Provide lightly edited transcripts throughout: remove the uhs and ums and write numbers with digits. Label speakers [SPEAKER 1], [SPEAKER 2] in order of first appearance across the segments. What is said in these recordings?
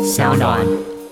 [SPEAKER 1] 小暖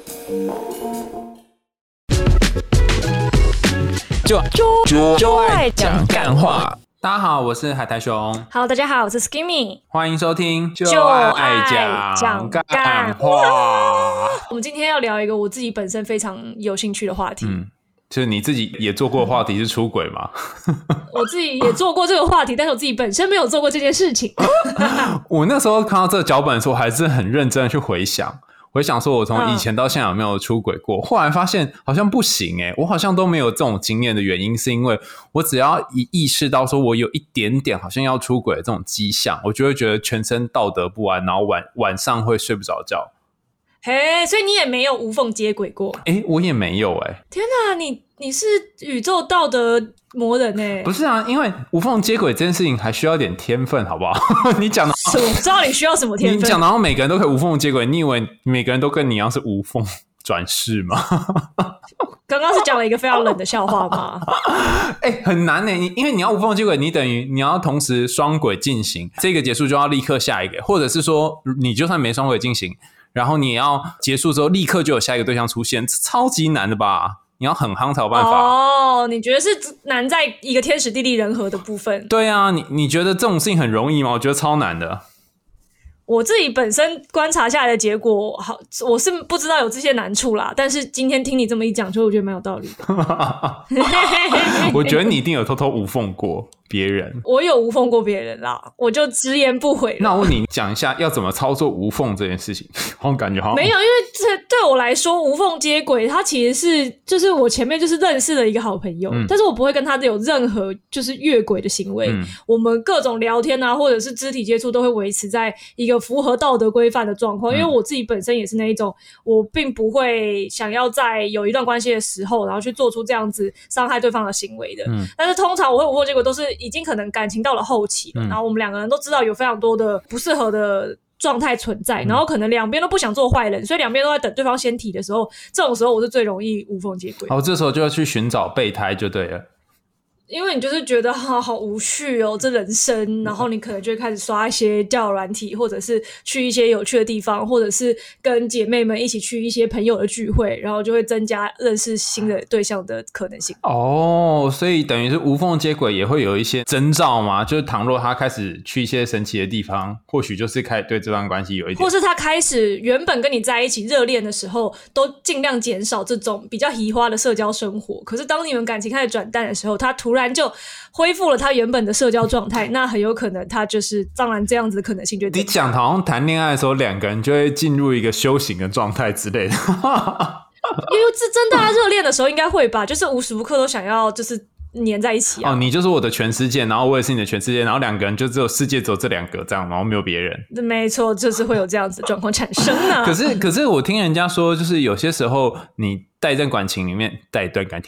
[SPEAKER 1] 就爱讲干话。大家好，我是海苔熊。
[SPEAKER 2] Hello， 大家好，我是 Skimmy。
[SPEAKER 1] 欢迎收听就爱讲干话。
[SPEAKER 2] 我们今天要聊一个我自己本身非常有兴趣的话题。
[SPEAKER 1] 就是你自己也做过的话题是出轨吗？
[SPEAKER 2] 我自己也做过这个话题，但是我自己本身没有做过这件事情。
[SPEAKER 1] 我那时候看到这个脚本的时候，我还是很认真的去回想说我从以前到现在有没有出轨过，后来发现好像不行耶，我好像都没有这种经验的原因是因为我只要一意识到说我有一点点好像要出轨的这种迹象，我就会觉得全身道德不安，然后晚上会睡不着觉。
[SPEAKER 2] 嘿，所以你也没有无缝接轨过？
[SPEAKER 1] 我也没有
[SPEAKER 2] 天哪，你是宇宙道德魔人
[SPEAKER 1] 不是啊，因为无缝接轨这件事情还需要点天分，好不好？你讲的，
[SPEAKER 2] 我知道你需要什么天分。
[SPEAKER 1] 你讲的好像每个人都可以无缝接轨，你以为每个人都跟你一样是无缝转世吗？
[SPEAKER 2] 刚刚是讲了一个非常冷的笑话吗？
[SPEAKER 1] 很难因为你要无缝接轨，你等于你要同时双轨进行，这个结束就要立刻下一个，或者是说你就算没双轨进行，然后你也要结束之后立刻就有下一个对象出现，超级难的吧？你要很夯才有办法。
[SPEAKER 2] 你觉得是难在一个天时地利人和的部分？
[SPEAKER 1] 对啊，你觉得这种事情很容易吗？我觉得超难的。
[SPEAKER 2] 我自己本身观察下来的结果，我是不知道有这些难处啦。但是今天听你这么一讲，就我觉得蛮有道理的。
[SPEAKER 1] 我觉得你一定有偷偷无缝过别人。
[SPEAKER 2] 我有无缝过别人啦，我就直言不讳了。
[SPEAKER 1] 那我问你讲一下要怎么操作无缝这件事情。我感觉好像
[SPEAKER 2] 没有，因为这对我来说无缝接轨，它其实是就是我前面就是认识了一个好朋友，但是我不会跟他有任何就是越轨的行为。我们各种聊天啊，或者是肢体接触都会维持在一个符合道德规范的状况。因为我自己本身也是那一种，我并不会想要在有一段关系的时候，然后去做出这样子伤害对方的行为的。但是通常我会无缝接轨都是已经可能感情到了后期了，然后我们两个人都知道有非常多的不适合的状态存在，然后可能两边都不想做坏人，所以两边都在等对方先提的时候，这种时候我是最容易无缝接轨。
[SPEAKER 1] 这时候就要去寻找备胎就对了。
[SPEAKER 2] 因为你就是觉得好无趣哦，这人生，然后你可能就会开始刷一些交友软体，或者是去一些有趣的地方，或者是跟姐妹们一起去一些朋友的聚会，然后就会增加认识新的对象的可能性。
[SPEAKER 1] 所以等于是无缝接轨也会有一些征兆吗？就是倘若他开始去一些神奇的地方，或许就是开始对这段关系有一点，
[SPEAKER 2] 或是他开始原本跟你在一起热恋的时候，都尽量减少这种比较移花的社交生活。可是当你们感情开始转淡的时候，他突然就恢复了他原本的社交状态，那很有可能他就是当然这样子的可能性就
[SPEAKER 1] 你讲好像谈恋爱的时候两个人就会进入一个修行的状态之类的。
[SPEAKER 2] 因为这真的热恋的时候应该会吧，就是无时无刻都想要就是黏在一起啊。
[SPEAKER 1] 你就是我的全世界，然后我也是你的全世界，然后两个人就只有世界只有这两个这样，然后没有别人。
[SPEAKER 2] 没错，就是会有这样子的状况产生啊。
[SPEAKER 1] 可是我听人家说，就是有些时候你在一段感情里面，在一段感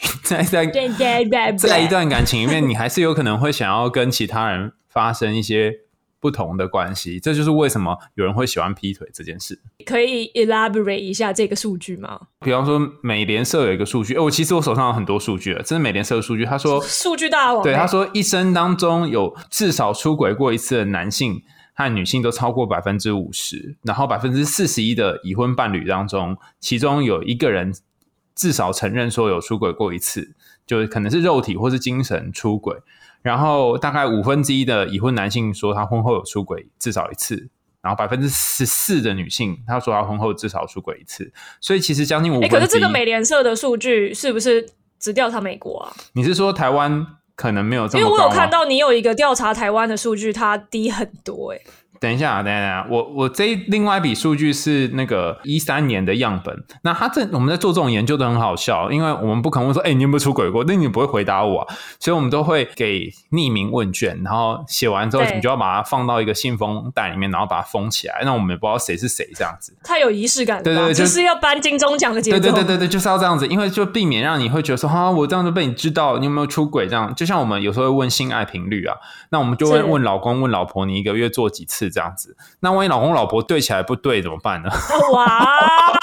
[SPEAKER 1] 情里面，你还是有可能会想要跟其他人发生一些不同的关系，这就是为什么有人会喜欢劈腿这件事。
[SPEAKER 2] 可以 elaborate 一下这个数据吗？
[SPEAKER 1] 比方说美联社有一个数据，其实我手上有很多数据了，这是美联社的数据，他说
[SPEAKER 2] 数据大王，
[SPEAKER 1] 对，他说一生当中有至少出轨过一次的男性和女性都超过 50%， 然后 41% 的已婚伴侣当中，其中有一个人至少承认说有出轨过一次，就可能是肉体或是精神出轨，然后大概1/5的已婚男性说他婚后有出轨至少一次，然后 14% 的女性她说她婚后至少出轨一次，所以其实将近1/5。
[SPEAKER 2] 可是这个美联社的数据是不是只调查美国啊？
[SPEAKER 1] 你是说台湾可能没有这么高吗？
[SPEAKER 2] 因为我有看到你有一个调查台湾的数据，它低很多
[SPEAKER 1] 等一下，我这另外一笔数据是那个13年的样本。那我们在做这种研究都很好笑，因为我们不可能问说，你有没有出轨过？那你不会回答我所以我们都会给匿名问卷，然后写完之后，你就要把它放到一个信封袋里面，然后把它封起来。那我们也不知道谁是谁，这样子
[SPEAKER 2] 太有仪式感了吧？
[SPEAKER 1] 对，
[SPEAKER 2] 就是要颁金钟奖的节奏。
[SPEAKER 1] 对，就是要这样子，因为就避免让你会觉得说，我这样就被你知道你有没有出轨这样。就像我们有时候会问性爱频率啊，那我们就会问老公问老婆，你一个月做几次这样子。那万一老公老婆对起来不对怎么办呢？
[SPEAKER 2] 哇，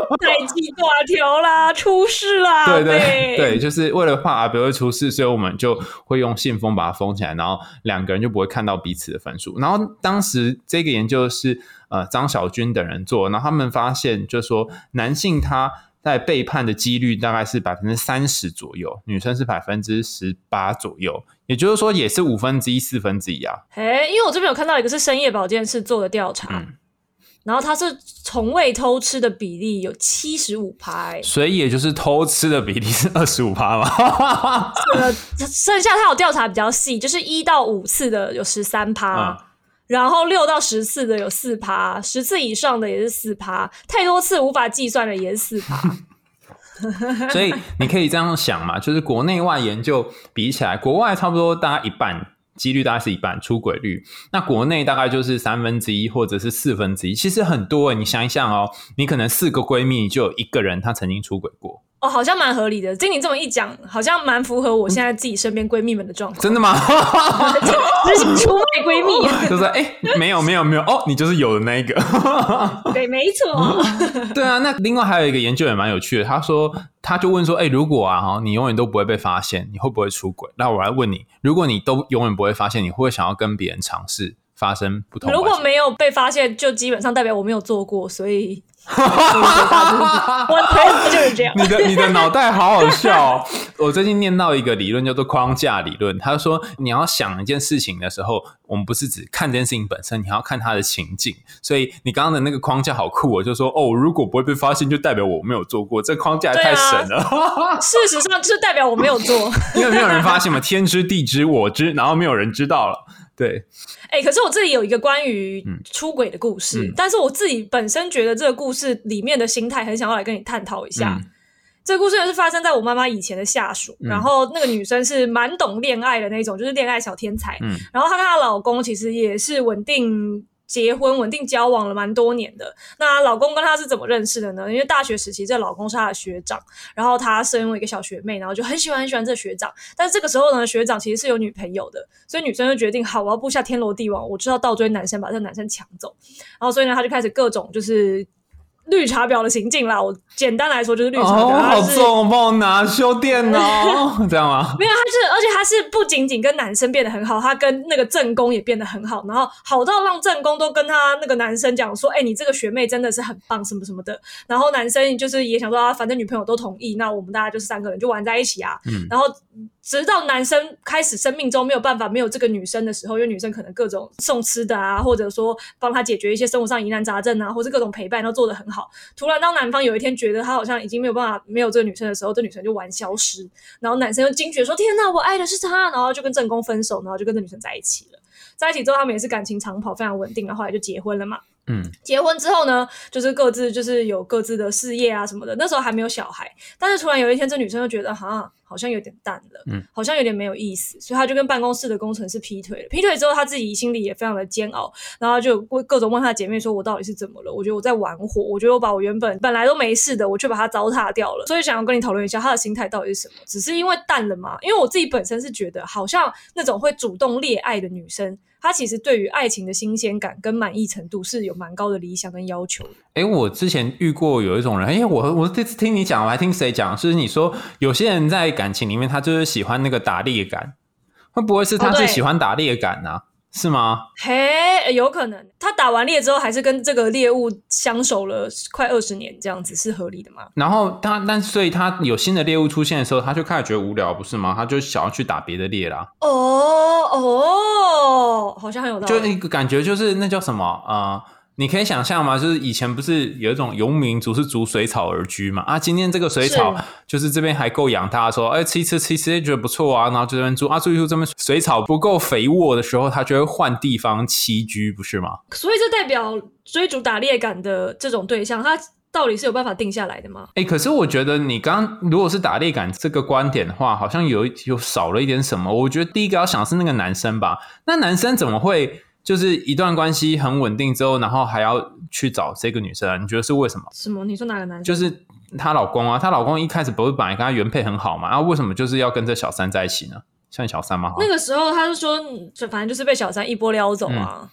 [SPEAKER 2] 代际大条啦，出事啦，
[SPEAKER 1] 对对对，就是为了怕阿北会出事，所以我们就会用信封把它封起来，然后两个人就不会看到彼此的分数。然后当时这个研究是张小军等人做，然后他们发现就是说男性他在背叛的几率大概是 30% 左右，女生是 18% 左右，也就是说也是1/5 1/4啊。
[SPEAKER 2] 因为我这边有看到一个是深夜保健室做的调查，然后他是从未偷吃的比例有 75%，
[SPEAKER 1] 所以也就是偷吃的比例是 25% 嘛。
[SPEAKER 2] 剩下他有调查比较细，就是1到5次的有 13%，然后6到10次的有 4%，10 次以上的也是 4%， 太多次无法计算的也是 4%。
[SPEAKER 1] 所以你可以这样想嘛，就是国内外研究比起来，国外差不多大概一半，几率大概是一半出轨率，那国内大概就是1/3或者是1/4，其实很多你想一想哦，你可能4个闺蜜就有1个人她曾经出轨过。
[SPEAKER 2] 好像蛮合理的。经你这么一讲，好像蛮符合我现在自己身边闺蜜们的状况。
[SPEAKER 1] 真的吗？
[SPEAKER 2] 就是出卖闺蜜，
[SPEAKER 1] 就是没有哦，你就是有的那一个。
[SPEAKER 2] 对，没错。
[SPEAKER 1] 对啊，那另外还有一个研究也蛮有趣的，他就问说，如果你永远都不会被发现，你会不会出轨？那我来问你，如果你都永远不会发现，你会不会想要跟别人尝试发生不同？
[SPEAKER 2] 如果没有被发现，就基本上代表我没有做过，所以。我推测就是这样。
[SPEAKER 1] 你的脑袋好好笑哦。我最近念到一个理论叫做框架理论，他说你要想一件事情的时候，我们不是只看这件事情本身，你还要看它的情境。所以你刚刚的那个框架好酷，我就说如果不会被发现，就代表我没有做过，这框架也太神了。
[SPEAKER 2] 事实上就是代表我没有做，
[SPEAKER 1] 因为没有人发现嘛，天知地知我知，然后没有人知道了。对，
[SPEAKER 2] 可是我这里有一个关于出轨的故事，但是我自己本身觉得这个故事里面的心态很想要来跟你探讨一下。这个故事是发生在我妈妈以前的下属，然后那个女生是蛮懂恋爱的那种，就是恋爱小天才。然后她跟她老公其实也是稳定结婚、稳定交往了蛮多年的。那老公跟她是怎么认识的呢？因为大学时期这老公是她的学长，然后她身为一个小学妹，然后就很喜欢这个学长。但是这个时候呢，学长其实是有女朋友的，所以女生就决定，好，我要布下天罗地网，我就要倒追男生，把这个男生抢走。然后所以呢，她就开始各种就是绿茶婊的行径啦。我简单来说就是绿茶婊。
[SPEAKER 1] 好重，帮我拿修电哦。这样吗？
[SPEAKER 2] 没有，而且他是不仅仅跟男生变得很好，他跟那个正宫也变得很好，然后好到让正宫都跟他那个男生讲说，你这个学妹真的是很棒什么什么的。然后男生就是也想说，反正女朋友都同意，那我们大家就是3个人就玩在一起啊。然后直到男生开始生命中没有办法没有这个女生的时候，因为女生可能各种送吃的啊，或者说帮他解决一些生活上疑难杂症啊，或是各种陪伴都做得很好。突然当男方有一天觉得他好像已经没有办法没有这个女生的时候，这女生就玩消失，然后男生就惊觉说，天哪，我爱的是她，然后就跟正宫分手，然后就跟这女生在一起了。在一起之后他们也是感情长跑，非常稳定，然后后来就结婚了嘛。结婚之后呢，就是各自就是有各自的事业啊什么的，那时候还没有小孩。但是突然有一天这女生就觉得好像有点淡了，好像有点没有意思，所以她就跟办公室的工程师劈腿了。劈腿之后她自己心里也非常的煎熬，然后就各种问她的姐妹说，我到底是怎么了？我觉得我在玩火，我觉得我把我本来都没事的，我却把它糟蹋掉了。所以想要跟你讨论一下她的心态到底是什么？只是因为淡了吗？因为我自己本身是觉得好像那种会主动恋爱的女生，她其实对于爱情的新鲜感跟满意程度是有蛮高的理想跟要求的。
[SPEAKER 1] 我之前遇过有一种人，我这次听你讲，我还听谁讲，是你说有些人在感情里面他就是喜欢那个打猎感，会不会是他是喜欢打猎感啊？是吗？
[SPEAKER 2] 有可能他打完猎之后还是跟这个猎物相守了快20年，这样子是合理的吗？然后
[SPEAKER 1] 所以他有新的猎物出现的时候，他就开始觉得无聊，不是吗？他就想要去打别的猎啦。
[SPEAKER 2] 好像很有道理。
[SPEAKER 1] 就一个感觉就是那叫什么你可以想象吗？就是以前不是有一种游牧民族是逐水草而居嘛？今天这个水草就是这边还够养它的时候，吃一吃觉得不错啊，然后就这边住住一住，这边水草不够肥沃的时候，它就会换地方栖居，不是吗？
[SPEAKER 2] 所以这代表追逐打猎感的这种对象，他到底是有办法定下来的吗？
[SPEAKER 1] 可是我觉得你刚如果是打猎感这个观点的话，好像有少了一点什么。我觉得第一个要想是那个男生吧，那男生怎么会就是一段关系很稳定之后，然后还要去找这个女生啊？你觉得是为什么？
[SPEAKER 2] 什么？你说哪个男生？
[SPEAKER 1] 就是她老公啊，她老公一开始不是本来跟她原配很好嘛，为什么就是要跟这小三在一起呢？像小三吗？
[SPEAKER 2] 那个时候他就说，反正就是被小三一波撩走啊。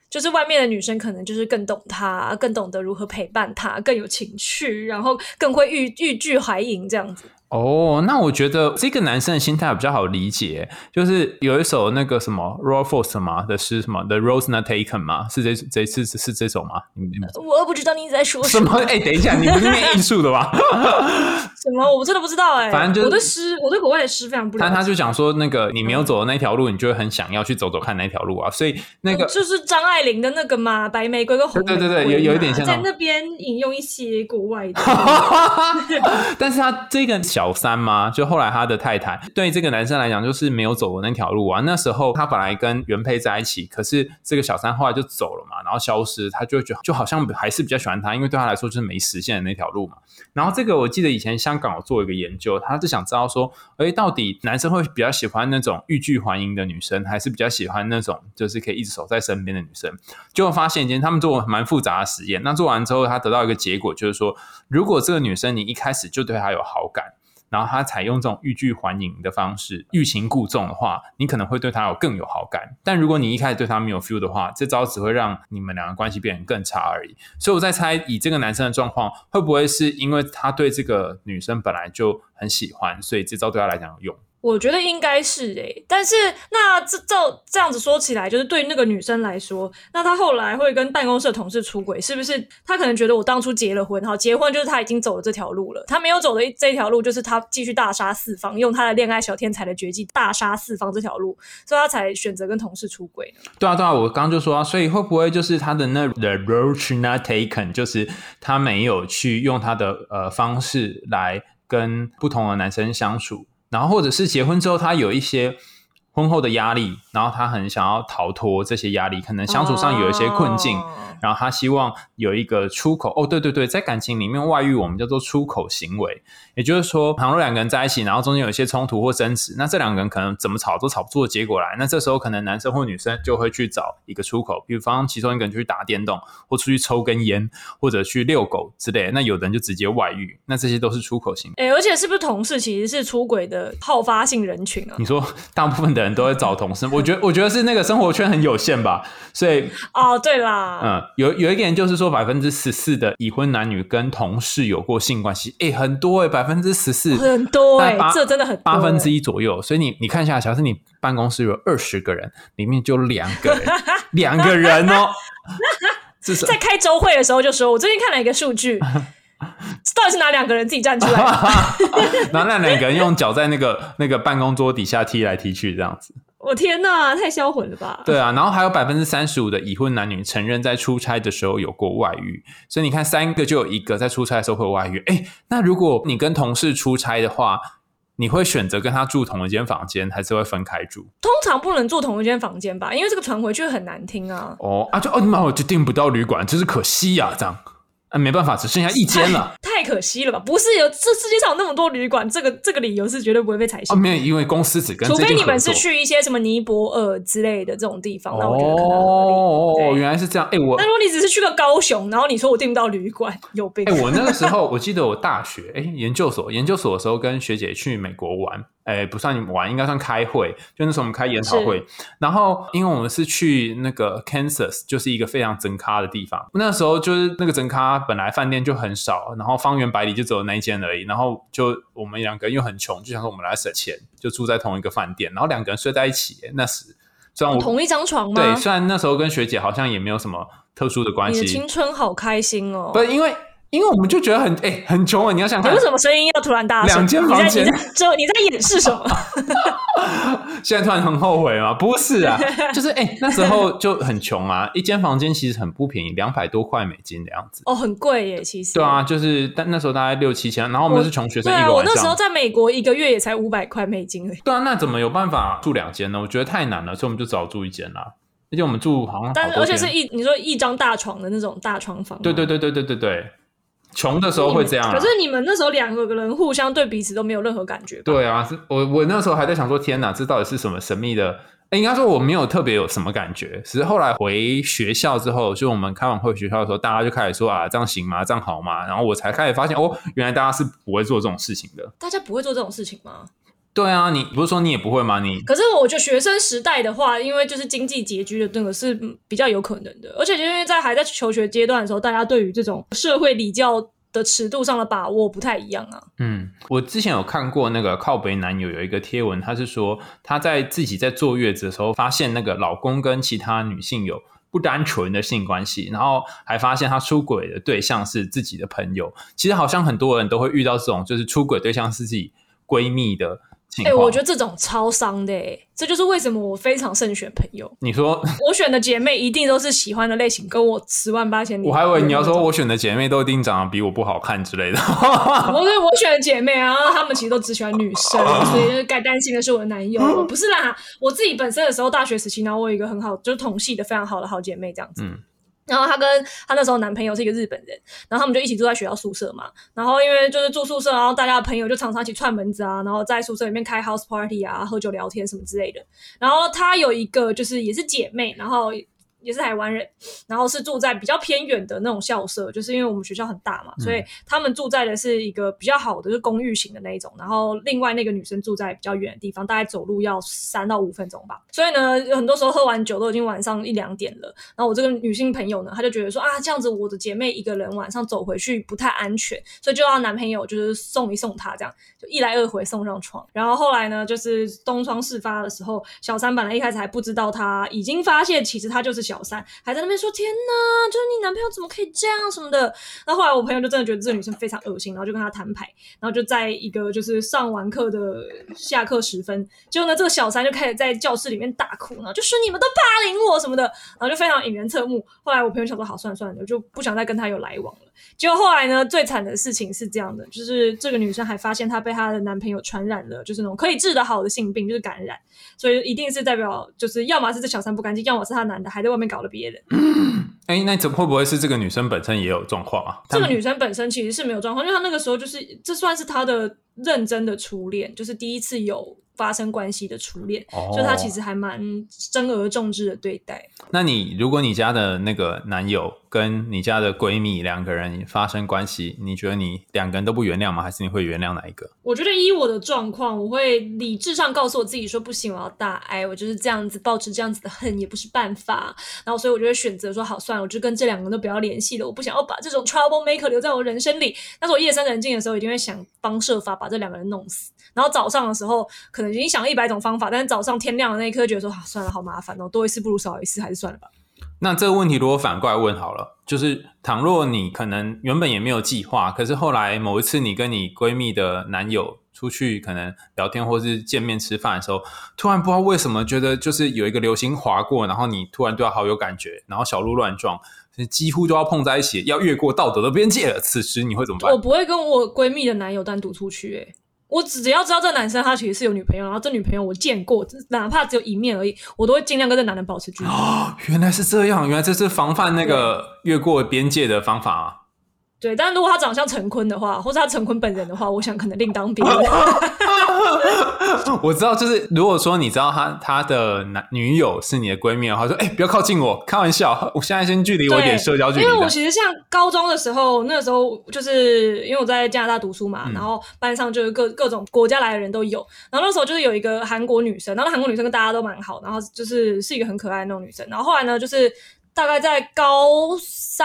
[SPEAKER 2] 就是外面的女生可能就是更懂他，更懂得如何陪伴他，更有情趣，然后更会欲拒还迎这样子。
[SPEAKER 1] 那我觉得这个男生的心态比较好理解，就是有一首那个什么 Royal Force 嘛的诗，什么 The Rose Not Taken 吗？是这首吗？
[SPEAKER 2] 我不知道你在说什么。
[SPEAKER 1] 等一下，你不是念艺术的吗？
[SPEAKER 2] 什么？我真的不知道
[SPEAKER 1] 反正
[SPEAKER 2] 就是我对国外的诗非常不了解。
[SPEAKER 1] 他就讲说，那个你没有走的那条路，你就会很想要去走走看那条路啊。所以那个
[SPEAKER 2] 就是张爱玲的那个嘛，白玫瑰跟红玫瑰，
[SPEAKER 1] 对，有一点像
[SPEAKER 2] 在那边引用一些国外的。
[SPEAKER 1] 但是他这个小三嘛，就后来他的太太对这个男生来讲就是没有走的那条路啊。那时候他本来跟原配在一起，可是这个小三后来就走了嘛，然后消失，他就觉得就好像还是比较喜欢他，因为对他来说就是没实现的那条路嘛。然后这个我记得以前香港有做一个研究，他是想知道说，到底男生会比较喜欢那种欲拒还迎的女生，还是比较喜欢那种就是可以一直守在身边的女生？结果发现一件他们做蛮复杂的实验，那做完之后他得到一个结果，就是说如果这个女生你一开始就对她有好感，然后他采用这种欲拒还迎的方式，欲擒故纵的话，你可能会对他更有好感。但如果你一开始对他没有 feel 的话，这招只会让你们两个关系变得更差而已。所以我在猜，以这个男生的状况，会不会是因为他对这个女生本来就很喜欢，所以这招对他来讲有用？
[SPEAKER 2] 我觉得应该是但是那这样子说起来，就是对那个女生来说，那她后来会跟办公室的同事出轨，是不是她可能觉得我当初结了婚，好，结婚就是她已经走了这条路了，她没有走的这条路就是她继续大杀四方，用她的恋爱小天才的绝技大杀四方这条路，所以她才选择跟同事出轨呢？
[SPEAKER 1] 对啊，我刚刚就说所以会不会就是她的那 The road not taken， 就是她没有去用她的方式来跟不同的男生相处，然后或者是结婚之后他有一些婚后的压力，然后他很想要逃脱这些压力，可能相处上有一些困境，然后他希望有一个出口。对，在感情里面外遇我们叫做出口行为，也就是说倘若两个人在一起，然后中间有一些冲突或争执，那这两个人可能怎么吵都吵不出的结果来，那这时候可能男生或女生就会去找一个出口，比方其中一个人就去打电动，或出去抽根烟，或者去遛狗之类的，那有的人就直接外遇，那这些都是出口行为。
[SPEAKER 2] 而且是不是同事其实是出轨的好发性人群啊？
[SPEAKER 1] 你说大部分的人都会找同事，我觉得是那个生活圈很有限吧，所以
[SPEAKER 2] 对啦，
[SPEAKER 1] 有一个人就是说14%的已婚男女跟同事有过性关系，很多14%，
[SPEAKER 2] 很多这真的很多
[SPEAKER 1] 1/8左右。所以你看一下，假设你办公室有20个人，里面就2个人，2个人哦。
[SPEAKER 2] 在开周会的时候就说，我最近看了一个数据。到底是哪2个人自己站出来
[SPEAKER 1] 然后那2个人用脚在那个办公桌底下踢来踢去这样子。
[SPEAKER 2] 我天哪，太销魂了吧。
[SPEAKER 1] 对啊，然后还有 35% 的已婚男女承认在出差的时候有过外遇，所以你看3个就有1个在出差的时候会有外遇。那如果你跟同事出差的话，你会选择跟他住同一间房间，还是会分开住？
[SPEAKER 2] 通常不能住同一间房间吧，因为这个传回去很难听啊。
[SPEAKER 1] 我就订不到旅馆，真是可惜啊，这样。没办法，只剩下1间了，
[SPEAKER 2] 太可惜了吧？不是这世界上有那么多旅馆，这个理由是绝对不会被采信。
[SPEAKER 1] 没有，因为公司只跟这间合作，
[SPEAKER 2] 除非你们是去一些什么尼泊尔之类的这种地方，那我觉得可能合理。
[SPEAKER 1] 原来是这样。那如
[SPEAKER 2] 果你只是去个高雄，然后你说我订不到旅馆，有病。
[SPEAKER 1] 我那个时候我记得我大学研究所的时候跟学姐去美国玩。不算玩，应该算开会，就那时候我们开研讨会，然后因为我们是去那个 Kansas， 就是一个非常整咖的地方，那时候就是那个整咖本来饭店就很少，然后方圆百里就只有那一间而已，然后就我们2个人又很穷，就想说我们来省钱，就住在同一个饭店，然后2个人睡在一起。那时虽然
[SPEAKER 2] 同一张床吗？
[SPEAKER 1] 对，虽然那时候跟学姐好像也没有什么特殊的关系。
[SPEAKER 2] 你的青春好开心哦。
[SPEAKER 1] 不是因为我们就觉得很穷你要想看，
[SPEAKER 2] 你为什么声音要突然大声？
[SPEAKER 1] 2间房间，
[SPEAKER 2] 你在掩饰什么？
[SPEAKER 1] 现在突然很后悔吗？不是啊，就是那时候就很穷啊，一间房间其实很不便宜，$200多美金的样子。
[SPEAKER 2] 很贵耶，其实。
[SPEAKER 1] 对啊，就是但那时候大概6-7千，然后我们是穷学生，一个晚上。
[SPEAKER 2] 我那时候在美国1个月也才$500美金而已。
[SPEAKER 1] 对啊，那怎么有办法住2间呢？我觉得太难了，所以我们就只好住1间啦。而且我们住好像
[SPEAKER 2] 而且是你说一张大床的那种大床房。
[SPEAKER 1] 对。穷的时候会这样可
[SPEAKER 2] 是你们那时候2个人互相对彼此都没有任何感觉吧？
[SPEAKER 1] 对啊，我那时候还在想说，天哪，这到底是什么神秘的？应该说我没有特别有什么感觉，只是后来回学校之后，就我们开完会学校的时候，大家就开始说这样行吗？这样好吗？然后我才开始发现原来大家是不会做这种事情的。
[SPEAKER 2] 大家不会做这种事情吗？
[SPEAKER 1] 对啊，你不是说你也不会吗？
[SPEAKER 2] 可是我觉得学生时代的话，因为就是经济拮据的那个是比较有可能的，而且因为还在求学阶段的时候，大家对于这种社会礼教的尺度上的把握不太一样啊。
[SPEAKER 1] 我之前有看过那个靠北男友有一个贴文，他是说他在自己在坐月子的时候，发现那个老公跟其他女性有不单纯的性关系，然后还发现他出轨的对象是自己的朋友。其实好像很多人都会遇到这种，就是出轨对象是自己闺蜜的情况。
[SPEAKER 2] 我觉得这种超伤的这就是为什么我非常慎选朋友。
[SPEAKER 1] 你说
[SPEAKER 2] 我选的姐妹一定都是喜欢的类型，跟我108000里。
[SPEAKER 1] 我还以为你要说我选的姐妹都一定长得比我不好看之类的。
[SPEAKER 2] 我选的姐妹啊，她们其实都只喜欢女生，所以该担心的是我的男友。不是啦，我自己本身的时候，大学时期，然后我有一个很好，就是同系的非常好的好姐妹这样子。然后她跟她那时候男朋友是一个日本人，然后他们就一起住在学校宿舍嘛。然后因为就是住宿舍，然后大家的朋友就常常一起串门子啊，然后在宿舍里面开 house party 啊，喝酒聊天什么之类的。然后她有一个就是也是姐妹，然后也是台湾人，然后是住在比较偏远的那种校舍，就是因为我们学校很大嘛，所以他们住在的是一个比较好的就是公寓型的那一种，然后另外那个女生住在比较远的地方，大概走路要3到5分钟吧。所以呢，很多时候喝完酒都已经晚上1-2点了，然后我这个女性朋友呢，她就觉得说啊，这样子我的姐妹一个人晚上走回去不太安全，所以就让男朋友就是送一送她，这样就一来二回送上床。然后后来呢，就是东窗事发的时候，小三本来一开始还不知道她已经发现其实她就是小三，还在那边说天哪，就是你男朋友怎么可以这样什么的。然后后来我朋友就真的觉得这个女生非常恶心，然后就跟她摊牌，然后就在一个就是上完课的下课时分，结果呢这个小三就开始在教室里面大哭，然后就说你们都霸凌我什么的，然后就非常引人侧目。后来我朋友想说好算了算了，就不想再跟她有来往了。结果后来呢，最惨的事情是这样的，就是这个女生还发现她被她的男朋友传染了，就是那种可以治得好的性病，就是感染。所以一定是代表，就是要么是这小三不干净，要么是她男的还在外面搞了别人。
[SPEAKER 1] 那怎么会不会是这个女生本身也有状况啊？
[SPEAKER 2] 这个女生本身其实是没有状况，因为她那个时候就是这算是她的认真的初恋，就是第一次有发生关系的初恋，所以她其实还蛮珍而重之的对待。
[SPEAKER 1] 那如果你家的那个男友跟你家的闺蜜2个人发生关系，你觉得你2个人都不原谅吗？还是你会原谅哪一个？
[SPEAKER 2] 我觉得依我的状况，我会理智上告诉我自己说不行，我要大爱，我就是这样子抱持这样子的恨也不是办法，然后所以我就会选择说好算了，我就跟这2个人都不要联系了，我不想要把这种 trouble maker 留在我人生里。但是我夜深人静的时候一定会想方设法把这2个人弄死，然后早上的时候可能已经想了100种方法，但是早上天亮的那一刻觉得说算了，好麻烦哦，多一事不如少一事，还是算了吧。
[SPEAKER 1] 那这个问题如果反过来问好了，就是倘若你可能原本也没有计划，可是后来某一次你跟你闺蜜的男友出去可能聊天或是见面吃饭的时候，突然不知道为什么觉得就是有一个流星划过，然后你突然对他好有感觉，然后小鹿乱撞，几乎就要碰在一起，要越过道德的边界了，此时你会怎么办？
[SPEAKER 2] 我不会跟我闺蜜的男友单独出去我只要知道这男生他其实是有女朋友，然后这女朋友我见过，哪怕只有一面而已，我都会尽量跟这男人保持距离。
[SPEAKER 1] 原来是这样，原来这是防范那个越过边界的方法啊。
[SPEAKER 2] 对，但如果他长得像陈坤的话，或是他陈坤本人的话，我想可能另当别论。
[SPEAKER 1] 我知道，就是如果说你知道他的女友是你的闺蜜的话，说不要靠近我，开玩笑，我现在先距离我一点社交距离。
[SPEAKER 2] 因为我其实像高中的时候，那个时候就是因为我在加拿大读书嘛，然后班上就是各种国家来的人都有，然后那时候就是有一个韩国女生，然后韩国女生跟大家都蛮好，然后就是一个很可爱的那种女生，然后后来呢就是大概在高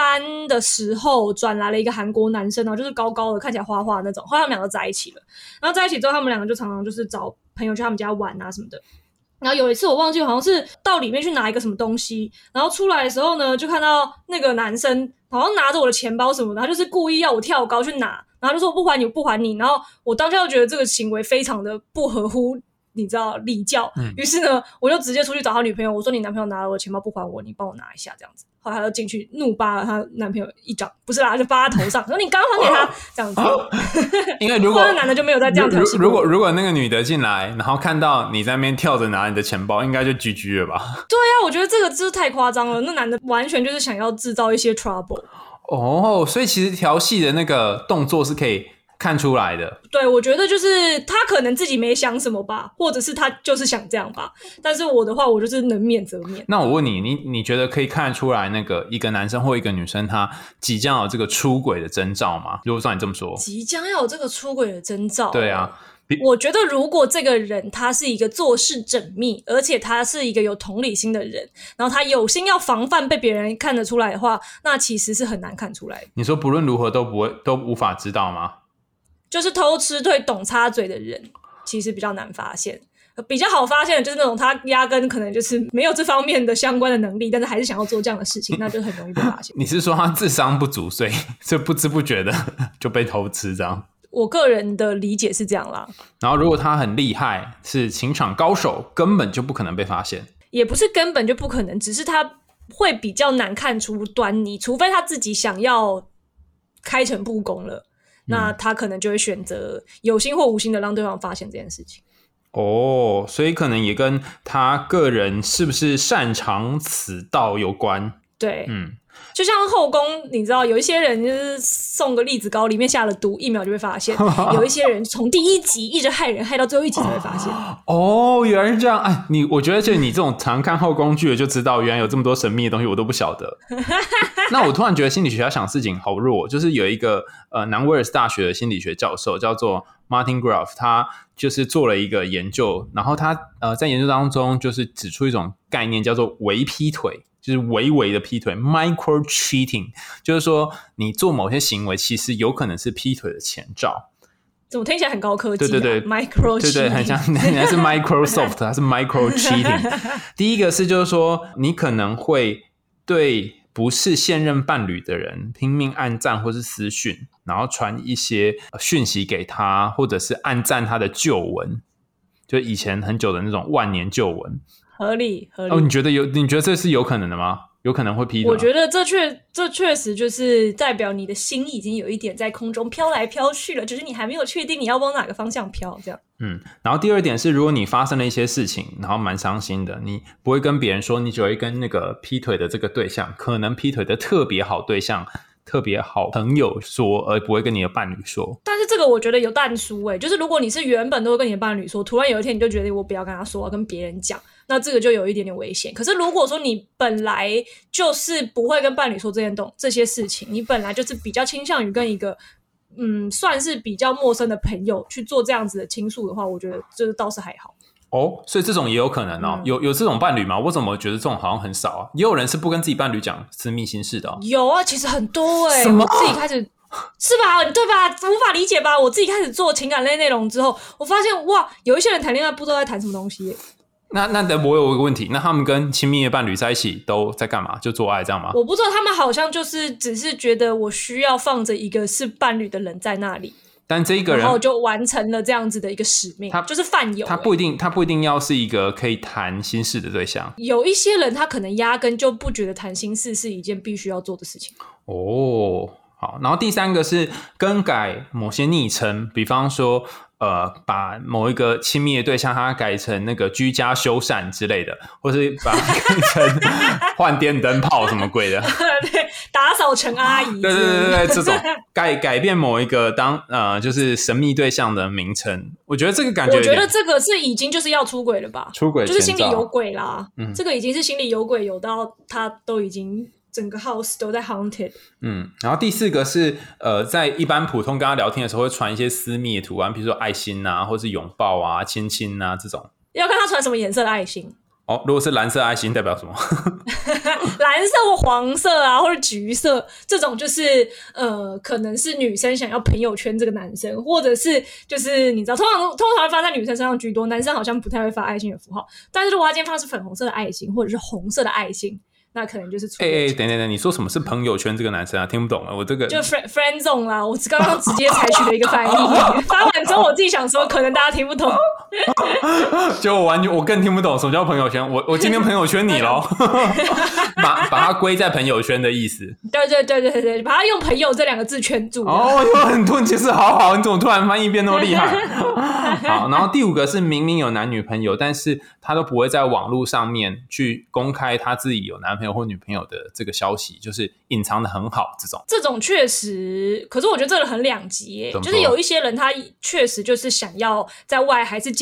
[SPEAKER 2] 3的时候转来了一个韩国男生，然后就是高高的看起来花花的那种，后来他们2个在一起了，然后在一起之后他们2个就常常就是找朋友去他们家玩啊什么的。然后有一次我忘记好像是到里面去拿一个什么东西，然后出来的时候呢就看到那个男生好像拿着我的钱包什么的，他就是故意要我跳高去拿，然后就说我不还你我不还你，然后我当下就觉得这个行为非常的不合乎你知道礼教，于是呢我就直接出去找他女朋友，我说你男朋友拿了我的钱包不还我，你帮我拿一下这样子。后来他就进去怒扒了她男朋友一掌，不是啦，就扒他头上，说你刚还给他这样子。
[SPEAKER 1] 因为如果
[SPEAKER 2] 那男的就没有再这样调戏过。
[SPEAKER 1] 如果那个女的进来，然后看到你在那边跳着拿你的钱包，应该就 GG 了吧？
[SPEAKER 2] 对啊，我觉得这个真是太夸张了，那男的完全就是想要制造一些 trouble。
[SPEAKER 1] 所以其实调戏的那个动作是可以看出来的。
[SPEAKER 2] 对，我觉得就是他可能自己没想什么吧，或者是他就是想这样吧，但是我的话我就是能免则免。
[SPEAKER 1] 那我问你觉得可以看得出来那个一个男生或一个女生他即将有这个出轨的征兆吗？如果照你这么说，
[SPEAKER 2] 即将要有这个出轨的征兆，
[SPEAKER 1] 对啊，
[SPEAKER 2] 我觉得如果这个人他是一个做事缜密，而且他是一个有同理心的人，然后他有心要防范被别人看得出来的话，那其实是很难看出来的。
[SPEAKER 1] 你说不论如何都无法知道吗？
[SPEAKER 2] 就是偷吃对懂插嘴的人其实比较难发现，比较好发现的就是那种他压根可能就是没有这方面的相关的能力，但是还是想要做这样的事情，那就很容易被发现。
[SPEAKER 1] 你是说他智商不足，所以就不知不觉的就被偷吃这样？
[SPEAKER 2] 我个人的理解是这样啦。
[SPEAKER 1] 然后如果他很厉害，是情场高手，根本就不可能被发现。
[SPEAKER 2] 也不是根本就不可能，只是他会比较难看出端倪，除非他自己想要开诚布公了，那他可能就会选择有心或无心的让对方发现这件事情。
[SPEAKER 1] 哦，所以可能也跟他个人是不是擅长此道有关。
[SPEAKER 2] 对，就像后宫，你知道有一些人就是送个栗子糕里面下了毒，1秒就会发现；有一些人从第1集一直害人害到最后1集才会发现。
[SPEAKER 1] 哦，原来是这样。哎，我觉得就你这种常看后宫剧的就知道，原来有这么多神秘的东西我都不晓得。那我突然觉得心理学家想事情好弱，就是有一个南威尔士大学的心理学教授叫做 Martin Graf， 他就是做了一个研究，然后他在研究当中就是指出一种概念叫做微劈腿。就是微微的劈腿 micro cheating， 就是说你做某些行为其实有可能是劈腿的前兆。
[SPEAKER 2] 怎么听起来很高科技啊？
[SPEAKER 1] 对对对
[SPEAKER 2] micro cheating，
[SPEAKER 1] 对对，很像人家是 Microsoft， 它是 micro cheating。 第一个是就是说你可能会对不是现任伴侣的人拼命按赞或是私讯，然后传一些讯息给他，或者是按赞他的旧文，就以前很久的那种万年旧文。
[SPEAKER 2] 合理。
[SPEAKER 1] 哦，你觉得这是有可能的吗？有可能会劈腿？
[SPEAKER 2] 我觉得这确实就是代表你的心已经有一点在空中飘来飘去了，只是你还没有确定你要往哪个方向飘，这样。
[SPEAKER 1] 然后第二点是，如果你发生了一些事情，然后蛮伤心的，你不会跟别人说，你只会跟那个劈腿的这个对象，可能劈腿的特别好对象、特别好朋友说，而不会跟你的伴侣说。
[SPEAKER 2] 但是这个我觉得有但书就是如果你是原本都会跟你的伴侣说，突然有一天你就觉得我不要跟他说，我要跟别人讲，那这个就有一点点危险。可是如果说你本来就是不会跟伴侣说这些事情，你本来就是比较倾向于跟一个算是比较陌生的朋友去做这样子的倾诉的话，我觉得这倒是还好。
[SPEAKER 1] 哦，所以这种也有可能哦。有这种伴侣吗？我怎么觉得这种好像很少啊？也有人是不跟自己伴侣讲私密心事的哦。
[SPEAKER 2] 有啊，其实很多
[SPEAKER 1] 什么？
[SPEAKER 2] 我自己开始是吧？对吧？无法理解吧？我自己开始做情感类内容之后，我发现哇，有一些人谈恋爱不知道在谈什么东西耶。
[SPEAKER 1] 那我有一个问题，那他们跟亲密的伴侣在一起都在干嘛？就做爱这样吗？
[SPEAKER 2] 我不知道，他们好像就是只是觉得我需要放着一个是伴侣的人在那里，
[SPEAKER 1] 但这一个人
[SPEAKER 2] 然后就完成了这样子的一个使命，就是饭友。他
[SPEAKER 1] 不一定要是一个可以谈心事的对象。
[SPEAKER 2] 有一些人他可能压根就不觉得谈心事是一件必须要做的事情。
[SPEAKER 1] 哦，好，然后第三个是更改某些昵称，比方说把某一个亲密的对象他改成那个居家修缮之类的，或是把它改成换电灯泡什么鬼的
[SPEAKER 2] 对，打扫成阿姨，
[SPEAKER 1] 对，这种改变某一个就是神秘对象的名称，我觉得这个感觉，
[SPEAKER 2] 我觉得这个是已经就是要出轨了吧？
[SPEAKER 1] 出轨
[SPEAKER 2] 就是心里有鬼啦，这个已经是心里有鬼，有到他都已经整个 house 都在 haunted。
[SPEAKER 1] 然后第四个是在一般普通跟他聊天的时候会传一些私密的图案，比如说爱心啊，或是拥抱啊、亲亲啊这种。
[SPEAKER 2] 要看他传什么颜色的爱心。
[SPEAKER 1] 哦，如果是蓝色爱心代表什么？
[SPEAKER 2] 蓝色或黄色啊，或者橘色这种，就是可能是女生想要朋友圈这个男生，或者是就是你知道，通常会发在女生身上居多，男生好像不太会发爱心的符号。但是如果他今天发的是粉红色的爱心，或者是红色的爱心，那可能就是
[SPEAKER 1] 等，你说什么是朋友圈这个男生啊？听不懂了，我这个
[SPEAKER 2] 就 friend zone 啦，我刚刚直接采取了一个翻译，发完之后我自己想说，可能大家听不懂，
[SPEAKER 1] 就我更听不懂什么叫朋友圈。我今天朋友圈你咯把它归在朋友圈的意思。
[SPEAKER 2] 对，把它用朋友这两个字圈住。
[SPEAKER 1] 哦，很多其实好，你怎么突然翻译变那么厉害？好，然后第五个是明明有男女朋友，但是他都不会在网络上面去公开他自己有男朋友或女朋友的这个消息，就是隐藏的很好。这种
[SPEAKER 2] 确实，可是我觉得这个很两极耶，就是有一些人他确实就是想要在外还是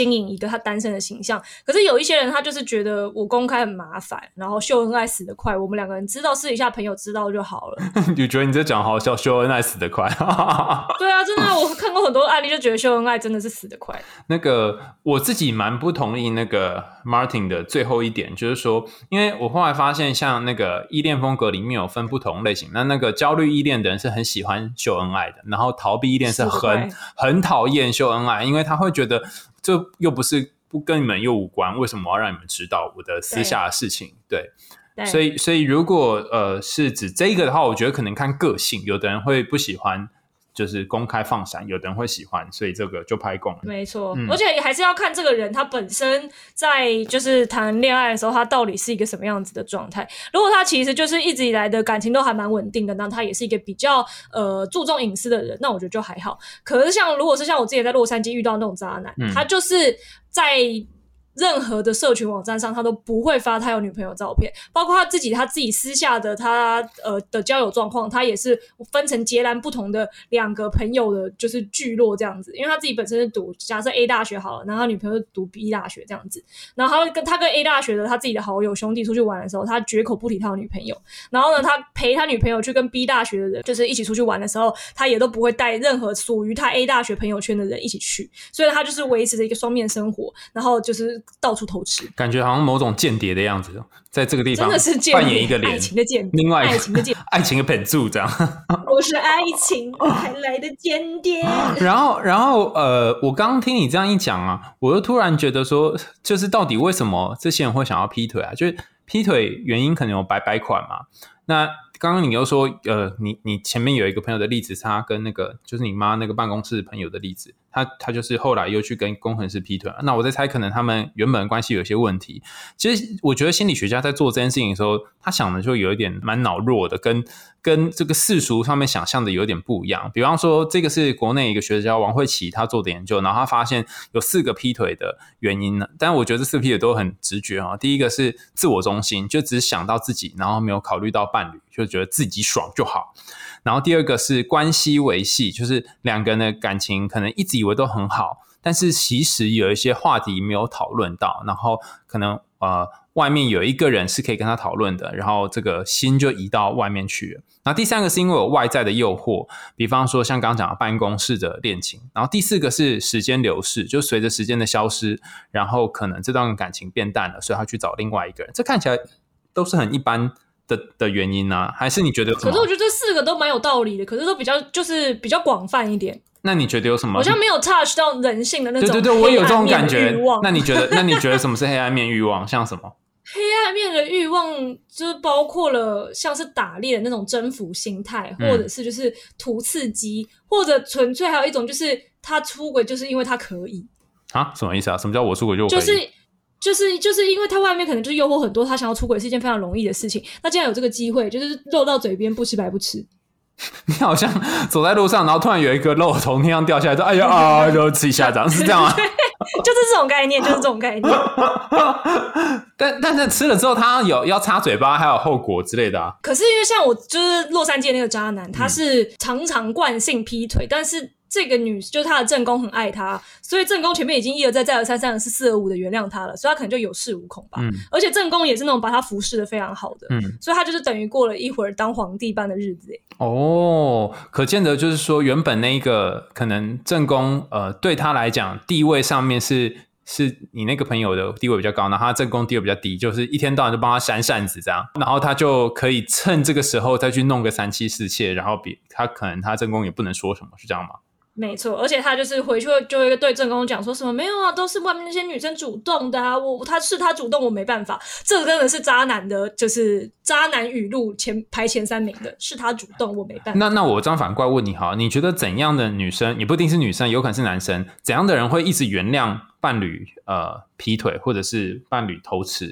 [SPEAKER 2] 经营一个他单身的形象。可是有一些人他就是觉得我公开很麻烦，然后秀恩爱死得快，我们两个人知道，私底下朋友知道就好了。
[SPEAKER 1] 你觉得你在讲好笑，秀恩爱死得快？
[SPEAKER 2] 对啊，真的，我看过很多案例，就觉得秀恩爱真的是死得快。
[SPEAKER 1] 那个我自己蛮不同意那个 Martin 的最后一点，就是说，因为我后来发现，像那个依恋风格里面有分不同类型，那个焦虑依恋的人是很喜欢秀恩爱的，然后逃避依恋是很讨厌秀恩爱，因为他会觉得这又不是不跟你们又无关，为什么我要让你们知道我的私下的事情？对。所以如果是指这个的话，我觉得可能看个性，有的人会不喜欢就是公开放闪，有的人会喜欢，所以这个就拍供了。
[SPEAKER 2] 没错，而且还是要看这个人他本身在就是谈恋爱的时候，他到底是一个什么样子的状态。如果他其实就是一直以来的感情都还蛮稳定的，那他也是一个比较注重隐私的人，那我觉得就还好。可是如果是像我之前在洛杉矶遇到那种渣男，他就是在任何的社群网站上他都不会发他有女朋友照片，包括他自己私下的他的交友状况，他也是分成截然不同的两个朋友的就是聚落这样子。因为他自己本身是读假设 A 大学好了，然后他女朋友是读 B 大学这样子，然后他跟 A 大学的他自己的好友兄弟出去玩的时候，他绝口不提他有女朋友，然后呢他陪他女朋友去跟 B 大学的人就是一起出去玩的时候，他也都不会带任何属于他 A 大学朋友圈的人一起去，所以他就是维持着一个双面生活，然后就是到处偷吃，
[SPEAKER 1] 感觉好像某种间谍的样子，在这个地方
[SPEAKER 2] 真的是
[SPEAKER 1] 扮演一个脸，
[SPEAKER 2] 爱情的间谍，
[SPEAKER 1] 另外
[SPEAKER 2] 爱情的间谍，
[SPEAKER 1] 爱情的本柱这样。
[SPEAKER 2] 我是爱情派来的间谍。
[SPEAKER 1] 然后我刚刚听你这样一讲啊，我又突然觉得说，就是到底为什么这些人会想要劈腿啊？就是劈腿原因可能有百款嘛。那刚刚你又说，你前面有一个朋友的例子，是他跟那个就是你妈那个办公室朋友的例子，他就是后来又去跟工程师劈腿。那我在猜，可能他们原本的关系有些问题。其实我觉得心理学家在做这件事情的时候，他想的就有一点蛮脑弱的，跟这个世俗上面想象的有点不一样。比方说，这个是国内一个学者叫王慧琪他做的研究，然后他发现有4个劈腿的原因呢。但我觉得这4个劈腿都很直觉啊。第一个是自我中心，就只想到自己，然后没有考虑到伴侣，就觉得自己爽就好。然后第二个是关系维系，就是两个人的感情可能一直以为都很好，但是其实有一些话题没有讨论到，然后可能外面有一个人是可以跟他讨论的，然后这个心就移到外面去了。然后第3个是因为有外在的诱惑，比方说像刚刚讲的办公室的恋情。然后第4个是时间流逝，就随着时间的消失，然后可能这段感情变淡了，所以他去找另外一个人。这看起来都是很一般的原因啊，还是你觉得有什么？
[SPEAKER 2] 可是我觉得这4个都蛮有道理的，可是都比较广泛一点。
[SPEAKER 1] 那你觉得有什么？
[SPEAKER 2] 好像没有 touch 到人性的那种。
[SPEAKER 1] 对，我有这种感觉。那你觉得什么是黑暗面欲望？像什么？
[SPEAKER 2] 黑暗面的欲望就是包括了像是打猎的那种征服心态，或者是就是图刺激，或者纯粹还有一种就是他出轨就是因为他可以
[SPEAKER 1] 啊？什么意思啊？什么叫我出轨就我可以？
[SPEAKER 2] 就是因为他外面可能就是诱惑很多，他想要出轨是一件非常容易的事情。那既然有这个机会，就是肉到嘴边不吃白不吃。
[SPEAKER 1] 你好像走在路上，然后突然有一个肉从天上掉下来，说：“哎呀就吃一下，这样是这样吗？”
[SPEAKER 2] 就是这种概念，就是这种概念。
[SPEAKER 1] 但是吃了之后，他有要擦嘴巴，还有后果之类的啊。
[SPEAKER 2] 可是因为像我就是洛杉矶那个渣男，他是常常惯性劈腿，但是这个就是他的正宫很爱他，所以正宫前面已经一而再再而三三而四四而五的原谅他了，所以他可能就有恃无恐吧。而且正宫也是那种把他服侍的非常好的，所以他就是等于过了一会儿当皇帝般的日子。
[SPEAKER 1] 哦，可见得就是说，原本那一个可能正宫对他来讲地位上面是你那个朋友的地位比较高，然后他正宫地位比较低，就是一天到晚就帮他扇扇子这样，然后他就可以趁这个时候再去弄个3妻4妾，然后他可能他正宫也不能说什么，是这样吗？
[SPEAKER 2] 没错，而且他就是回去就会对正宫讲说什么没有啊，都是外面那些女生主动的啊，他主动我没办法，这真的是渣男的，就是渣男语录排前3名的，是他主动我没办法。
[SPEAKER 1] 那我这样反过来问你好，你觉得怎样的女生，也不一定是女生，有可能是男生，怎样的人会一直原谅伴侣劈腿或者是伴侣偷吃？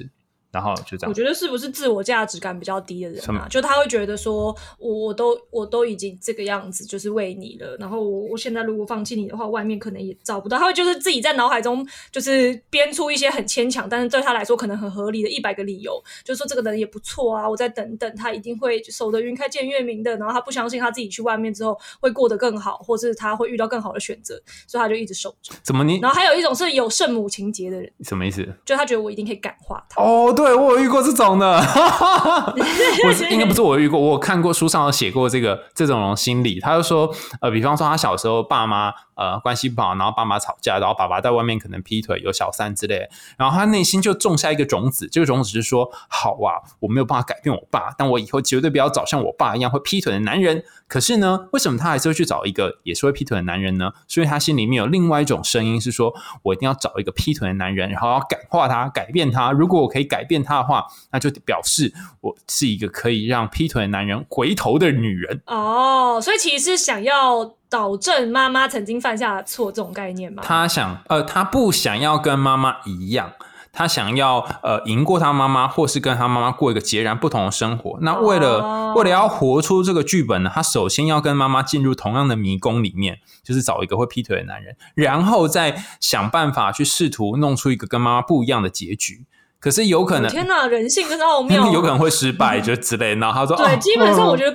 [SPEAKER 1] 然后就这样。
[SPEAKER 2] 我觉得是不是自我价值感比较低的人啊？就他会觉得说，我都已经这个样子，就是为你了。然后我现在如果放弃你的话，外面可能也找不到。他会就是自己在脑海中就是编出一些很牵强，但是对他来说可能很合理的100个理由，就是说这个人也不错啊，我再等等，他一定会守得云开见月明的。然后他不相信他自己去外面之后会过得更好，或是他会遇到更好的选择，所以他就一直守着。
[SPEAKER 1] 怎么你？
[SPEAKER 2] 然后还有一种是有圣母情节的人，
[SPEAKER 1] 什么意思？
[SPEAKER 2] 就他觉得我一定可以感化他。
[SPEAKER 1] 哦，对，我有遇过这种的。应该不是我有遇过，我有看过书上有写过这种心理。他就说，比方说他小时候爸妈关系不好，然后爸妈吵架，然后爸爸在外面可能劈腿有小三之类，然后他内心就种下一个种子，这个种子是说，好啊，我没有办法改变我爸，但我以后绝对不要找像我爸一样会劈腿的男人。可是呢，为什么他还是会去找一个也是会劈腿的男人呢？所以他心里面有另外一种声音是说，我一定要找一个劈腿的男人，然后要感化他，改变他。如果我可以改变他的话，那就表示我是一个可以让劈腿的男人回头的女人。
[SPEAKER 2] 哦，所以其实是想要导正妈妈曾经犯下的错这种概念吗？
[SPEAKER 1] 他不想要跟妈妈一样，他想要赢过他妈妈，或是跟他妈妈过一个截然不同的生活。那为了要活出这个剧本呢，他首先要跟妈妈进入同样的迷宫里面，就是找一个会劈腿的男人，然后再想办法去试图弄出一个跟妈妈不一样的结局。可是有可能，
[SPEAKER 2] 天哪，人性真是奥妙，
[SPEAKER 1] 有可能会失败，就之类的。然后他说，
[SPEAKER 2] 对，基本上我觉得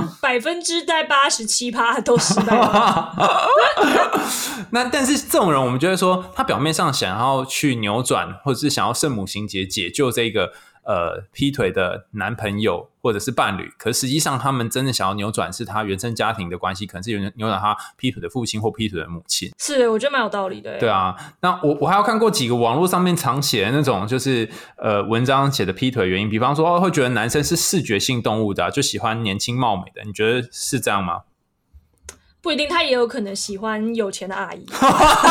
[SPEAKER 2] 87%都失败了。
[SPEAKER 1] 那但是这种人，我们就会说，他表面上想要去扭转，或者是想要圣母情节解救这个劈腿的男朋友或者是伴侣，可是实际上他们真的想要扭转是他原生家庭的关系，可能是扭转他劈腿的父亲或劈腿的母亲。
[SPEAKER 2] 是，我觉得蛮有道理的。
[SPEAKER 1] 对啊，那我还有看过几个网络上面常写的那种，就是文章写的劈腿原因，比方说会觉得男生是视觉性动物的就喜欢年轻貌美的，你觉得是这样吗？
[SPEAKER 2] 不一定，他也有可能喜欢有钱的阿姨。时代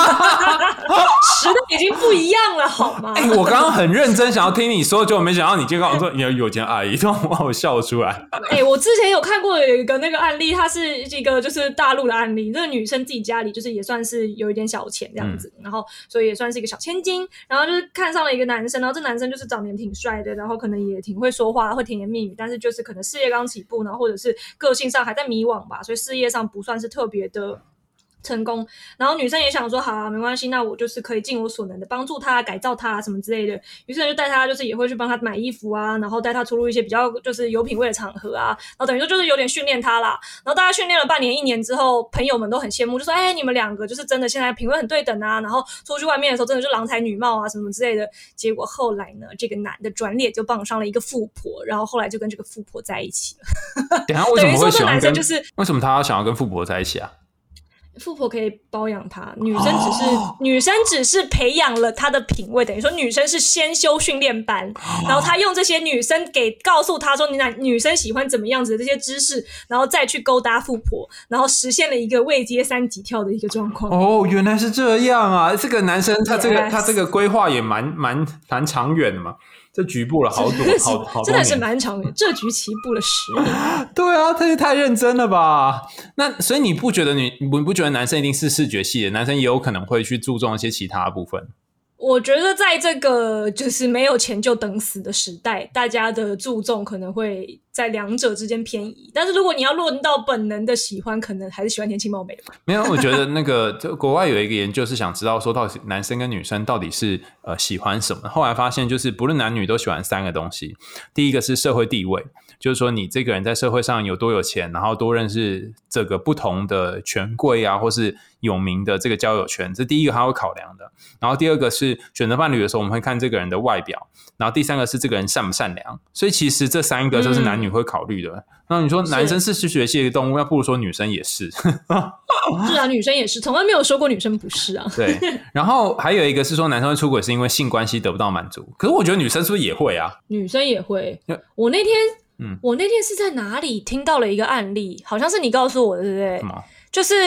[SPEAKER 2] 已经不一样了，好吗？
[SPEAKER 1] 我刚刚很认真想要听你说，结果没想到你就跟我说你有钱阿姨，让我笑出来。
[SPEAKER 2] 我之前有看过有一个那个案例，它是一个就是大陆的案例，这个女生自己家里就是也算是有一点小钱这样子，然后所以也算是一个小千金，然后就是看上了一个男生，然后这男生就是长得挺帅的，然后可能也挺会说话，会甜言蜜语，但是就是可能事业刚起步，然后或者是个性上还在迷惘吧，所以事业上不算是特别的成功，然后女生也想说好啊，没关系，那我就是可以尽我所能的帮助她改造她什么之类的，于是就带她就是也会去帮她买衣服啊，然后带她出入一些比较就是有品味的场合啊，然后等于说就是有点训练她啦，然后大家训练了半年1年之后，朋友们都很羡慕，就说你们两个就是真的现在品味很对等啊，然后出去外面的时候真的就郎才女貌啊什么之类的，结果后来呢，这个男的转脸就傍上了一个富婆，然后后来就跟这个富婆在一起了。
[SPEAKER 1] 等一下为什么会喜欢跟
[SPEAKER 2] 为
[SPEAKER 1] 什么他想要跟富婆在一起啊？
[SPEAKER 2] 富婆可以包养他，女生只是培养了他的品味，等于说女生是先修训练班，然后他用这些女生告诉他说女生喜欢怎么样子的这些知识，然后再去勾搭富婆，然后实现了一个位阶3级跳的一个状况。
[SPEAKER 1] 哦，原来是这样啊！这个男生他这个规划也蛮长远的嘛。这局部了好多
[SPEAKER 2] 真的是蛮长远，这局棋布了10年。
[SPEAKER 1] 对啊，他也太认真了吧？那所以你不觉得男生一定是视觉系的？男生也有可能会去注重一些其他的部分。
[SPEAKER 2] 我觉得在这个就是没有钱就等死的时代，大家的注重可能会在两者之间偏移，但是如果你要论到本能的喜欢，可能还是喜欢年轻貌美的。
[SPEAKER 1] 没有，我觉得那个国外有一个研究是想知道说到底男生跟女生到底是喜欢什么，后来发现就是不论男女都喜欢3个东西。第一个是社会地位，就是说你这个人在社会上有多有钱，然后多认识这个不同的权贵啊，或是有名的这个交友圈，这第一个他会考量的。然后第二个是选择伴侣的时候，我们会看这个人的外表，然后第3个是这个人善不善良。所以其实这3个都是男女会考虑的。那你说男生是视觉系的动物，那不如说女生也是。
[SPEAKER 2] 是啊，女生也是，从来没有说过女生不是啊。
[SPEAKER 1] 对，然后还有一个是说男生会出轨是因为性关系得不到满足，可是我觉得女生是不是也会啊？
[SPEAKER 2] 女生也会。我那天是在哪里听到了一个案例，好像是你告诉我的，对不对？
[SPEAKER 1] 什么？
[SPEAKER 2] 就是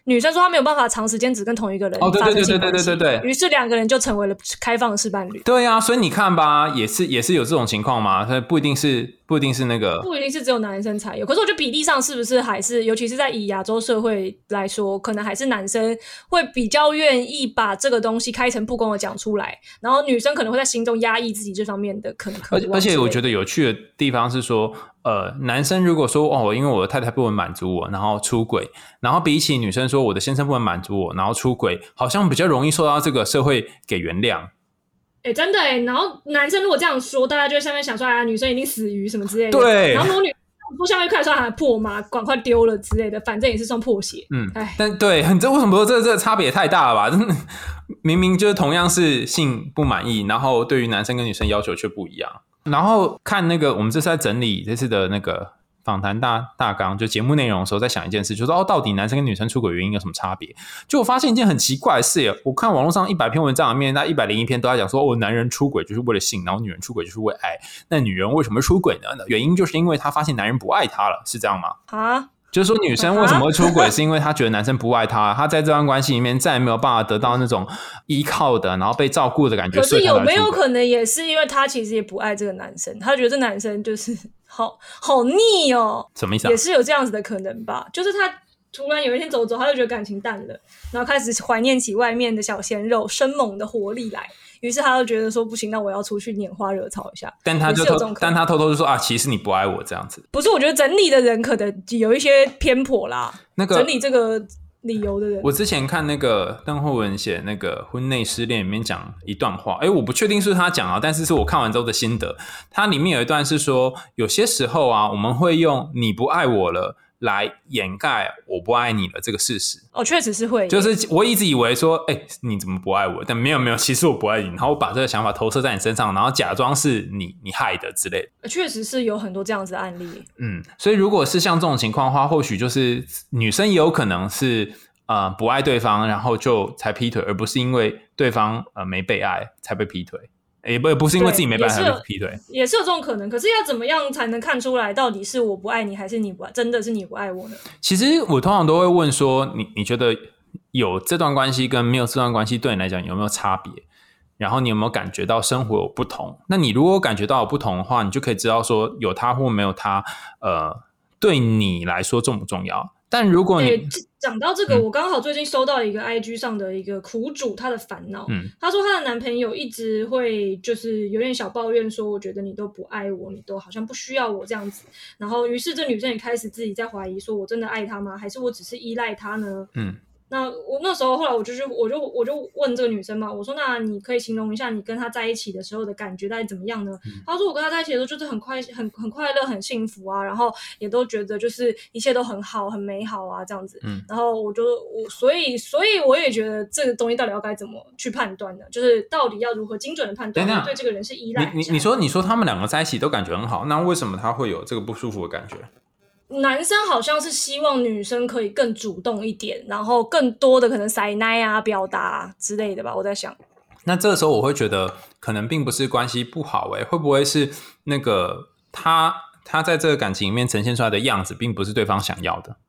[SPEAKER 2] 女生说她没有办法长时间只跟同一个人发生性关系，对，于是2个人就成为了开放式伴侣。
[SPEAKER 1] 对啊，所以你看吧，也是有这种情况嘛，不一定是那个，
[SPEAKER 2] 不一定是只有男生才有。可是我觉得比例上是不是还是，尤其是在以亚洲社会来说，可能还是男生会比较愿意把这个东西开诚布公的讲出来，然后女生可能会在心中压抑自己这方面的可能渴望。
[SPEAKER 1] 而且我觉得有趣的地方是说，男生如果说因为我的太太不能满足我，然后出轨，然后比起女生说我的先生不能满足我，然后出轨，好像比较容易受到这个社会给原谅。
[SPEAKER 2] 真的然后男生如果这样说，大家就会下面想说女生一定死鱼什么之类的。
[SPEAKER 1] 对。
[SPEAKER 2] 然后如果女生说下面开始说破嘛，赶快丢了之类的，反正也是算破血。
[SPEAKER 1] 但对，这为什么说这个差别也太大了吧？真的，明明就是同样是性不满意，然后对于男生跟女生要求却不一样。然后看那个我们这次在整理这次的那个访谈大纲，就节目内容的时候，在想一件事，就是到底男生跟女生出轨原因有什么差别？就我发现一件很奇怪的事耶，我看网络上100篇文章里面，那101篇都在讲说，男人出轨就是为了性，然后女人出轨就是为爱。那女人为什么出轨呢？原因就是因为她发现男人不爱她了，是这样吗？就是说女生为什么会出轨，是因为她觉得男生不爱她，她在这段关系里面再也没有办法得到那种依靠的，然后被照顾的感觉。
[SPEAKER 2] 可是有没有可能也是因为她其实也不爱这个男生，她觉得这男生就是好腻哦？
[SPEAKER 1] 什么意思
[SPEAKER 2] 也是有这样子的可能吧？就是她突然有一天走，她就觉得感情淡了，然后开始怀念起外面的小鲜肉生猛的活力来，于是她就觉得说不行，那我要出去拈花惹草一下。但她
[SPEAKER 1] 偷偷就说其实你不爱我这样子。
[SPEAKER 2] 不是，我觉得整理的人可能有一些偏颇啦。整理这个理由的人，
[SPEAKER 1] 我之前看那个邓慧文写那个婚内失恋里面讲一段话，我不确定是他讲但是我看完之后的心得。它里面有一段是说，有些时候我们会用你不爱我了来掩盖我不爱你了这个事实。
[SPEAKER 2] 确实是会。
[SPEAKER 1] 就是我一直以为说你怎么不爱我，但没有，其实我不爱你，然后我把这个想法投射在你身上，然后假装是你害的之类的。
[SPEAKER 2] 确实是有很多这样子的案例。
[SPEAKER 1] 所以如果是像这种情况的话，或许就是女生也有可能是不爱对方，然后就才劈腿，而不是因为对方没被爱才被劈腿。也不是因为自己没办法被劈腿，
[SPEAKER 2] 也是有这种可能。可是要怎么样才能看出来到底是我不爱你，还是你不爱，真的是你不爱我呢？
[SPEAKER 1] 其实我通常都会问说，你觉得有这段关系跟没有这段关系对你来讲有没有差别？然后你有没有感觉到生活有不同？那你如果感觉到有不同的话，你就可以知道说有他或没有他，对你来说重不重要？但如果你
[SPEAKER 2] 讲到这个，我刚好最近收到一个 IG 上的一个苦主，她的烦恼，她说她的男朋友一直会就是有点小抱怨说，我觉得你都不爱我，你都好像不需要我这样子。然后于是这女生也开始自己在怀疑说，我真的爱他吗？还是我只是依赖他呢？那我那时候后来我就问这个女生嘛，我说那你可以形容一下你跟他在一起的时候的感觉大概怎么样呢？她说我跟他在一起的时候就是很快乐很幸福啊，然后也都觉得就是一切都很好很美好啊这样子。然后所以我也觉得这个东西到底要该怎么去判断呢？就是到底要如何精准的判断对这个人是依赖。
[SPEAKER 1] 你说他们两个在一起都感觉很好，那为什么他会有这个不舒服的感觉？
[SPEAKER 2] 男生好像是希望女生可以更主动一点，然后更多的可能塞奶啊、表达之类的吧。我在想，
[SPEAKER 1] 那这个时候我会觉得可能并不是关系不好会不会是那个他在这个感情里面呈现出来的样子，并不是对方想要的？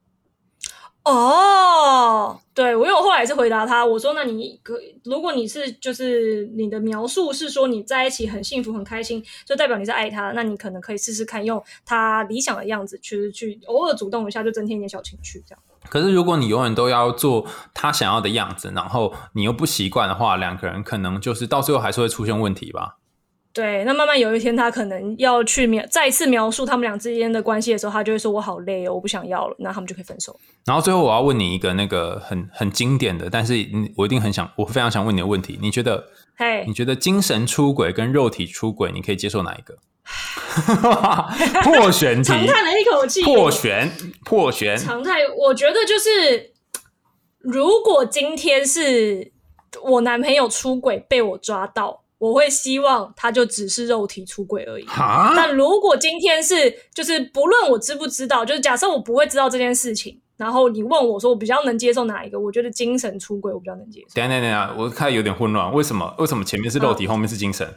[SPEAKER 2] 对，因为我后来是回答他，我说那如果你是就是你的描述是说你在一起很幸福很开心，就代表你是爱他，那你可能可以试试看用他理想的样子去偶尔主动一下，就增添一点小情绪这样。
[SPEAKER 1] 可是如果你永远都要做他想要的样子，然后你又不习惯的话，两个人可能就是到最后还是会出现问题吧。
[SPEAKER 2] 对，那慢慢有一天他可能要去再一次描述他们俩之间的关系的时候，他就会说我好累我不想要了，那他们就可以分手。
[SPEAKER 1] 然后最后我要问你一个那个很经典的，但是我非常想问你的问题，你觉得精神出轨跟肉体出轨你可以接受哪一个？破悬题，
[SPEAKER 2] 长叹了一口气。
[SPEAKER 1] 破悬
[SPEAKER 2] 长叹。我觉得就是如果今天是我男朋友出轨被我抓到，我会希望他就只是肉体出轨而已。但如果今天是就是不论我知不知道，就是假设我不会知道这件事情，然后你问我说我比较能接受哪一个，我觉得精神出轨我比较能接受。
[SPEAKER 1] 等一下我看有点混乱，为什么前面是肉体后面是精神？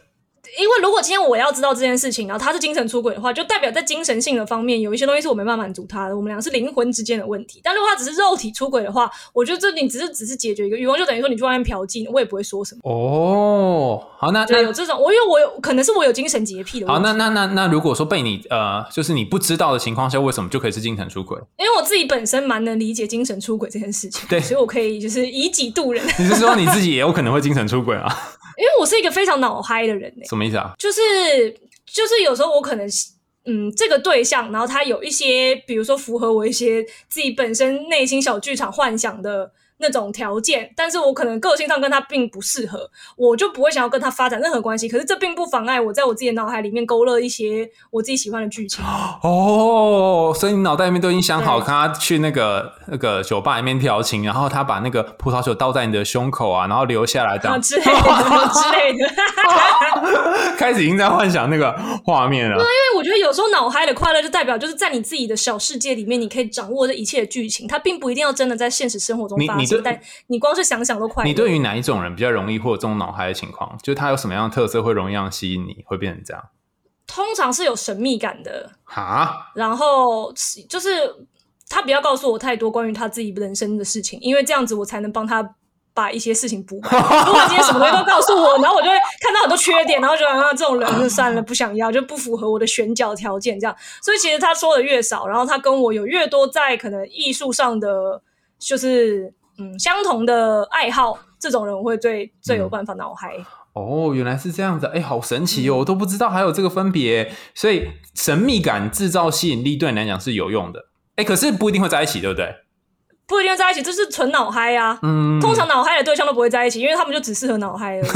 [SPEAKER 2] 因为如果今天我要知道这件事情，然后他是精神出轨的话，就代表在精神性的方面有一些东西是我没办法满足他的，我们俩是灵魂之间的问题。但如果他只是肉体出轨的话，我觉得这你只是解决一个欲望，就等于说你去外面嫖妓，我也不会说什么。
[SPEAKER 1] 哦，好，那
[SPEAKER 2] 有这种，因为我有可能是我有精神洁癖的问题。
[SPEAKER 1] 好，那如果说被你就是你不知道的情况下，为什么就可以是精神出轨？
[SPEAKER 2] 因为我自己本身蛮能理解精神出轨这件事情，
[SPEAKER 1] 对，
[SPEAKER 2] 所以我可以就是以己度人。
[SPEAKER 1] 你是说你自己也有可能会精神出轨啊？
[SPEAKER 2] 因为我是一个非常脑嗨的人
[SPEAKER 1] 什么意思啊？
[SPEAKER 2] 就是有时候我可能这个对象，然后他有一些比如说符合我一些自己本身内心小剧场幻想的那种条件，但是我可能个性上跟他并不适合，我就不会想要跟他发展任何关系。可是这并不妨碍我在我自己的脑海里面勾勒一些我自己喜欢的剧情。
[SPEAKER 1] 哦，所以你脑袋里面都已经想好，看他去那个酒吧里面调情，然后他把那个葡萄酒倒在你的胸口啊，然后流下来这样
[SPEAKER 2] 之类的
[SPEAKER 1] 开始已经在幻想那个画面了。
[SPEAKER 2] 对，因为我觉得有时候脑嗨的快乐就代表就是在你自己的小世界里面，你可以掌握这一切的剧情，它并不一定要真的在现实生活中发生，但你光是想想都快乐。
[SPEAKER 1] 你对于哪一种人比较容易或者这种脑嗨的情况，就是他有什么样的特色会容易让吸引你，会变成这样？
[SPEAKER 2] 通常是有神秘感的
[SPEAKER 1] 哈，
[SPEAKER 2] 然后就是他不要告诉我太多关于他自己人生的事情，因为这样子我才能帮他把一些事情补完。如果今天什么东西都告诉我，然后我就会看到很多缺点，然后就这种人就算了，不想要，就不符合我的选角条件这样。所以其实他说的越少，然后他跟我有越多在可能艺术上的就是相同的爱好，这种人我会最有办法脑嗨。
[SPEAKER 1] 哦，原来是这样子，好神奇哦，我都不知道还有这个分别。所以神秘感制造吸引力对你来讲是有用的，可是不一定会在一起，对不对？
[SPEAKER 2] 不一定在一起，这是纯脑嗨啊。通常脑嗨的对象都不会在一起，因为他们就只适合脑嗨而已。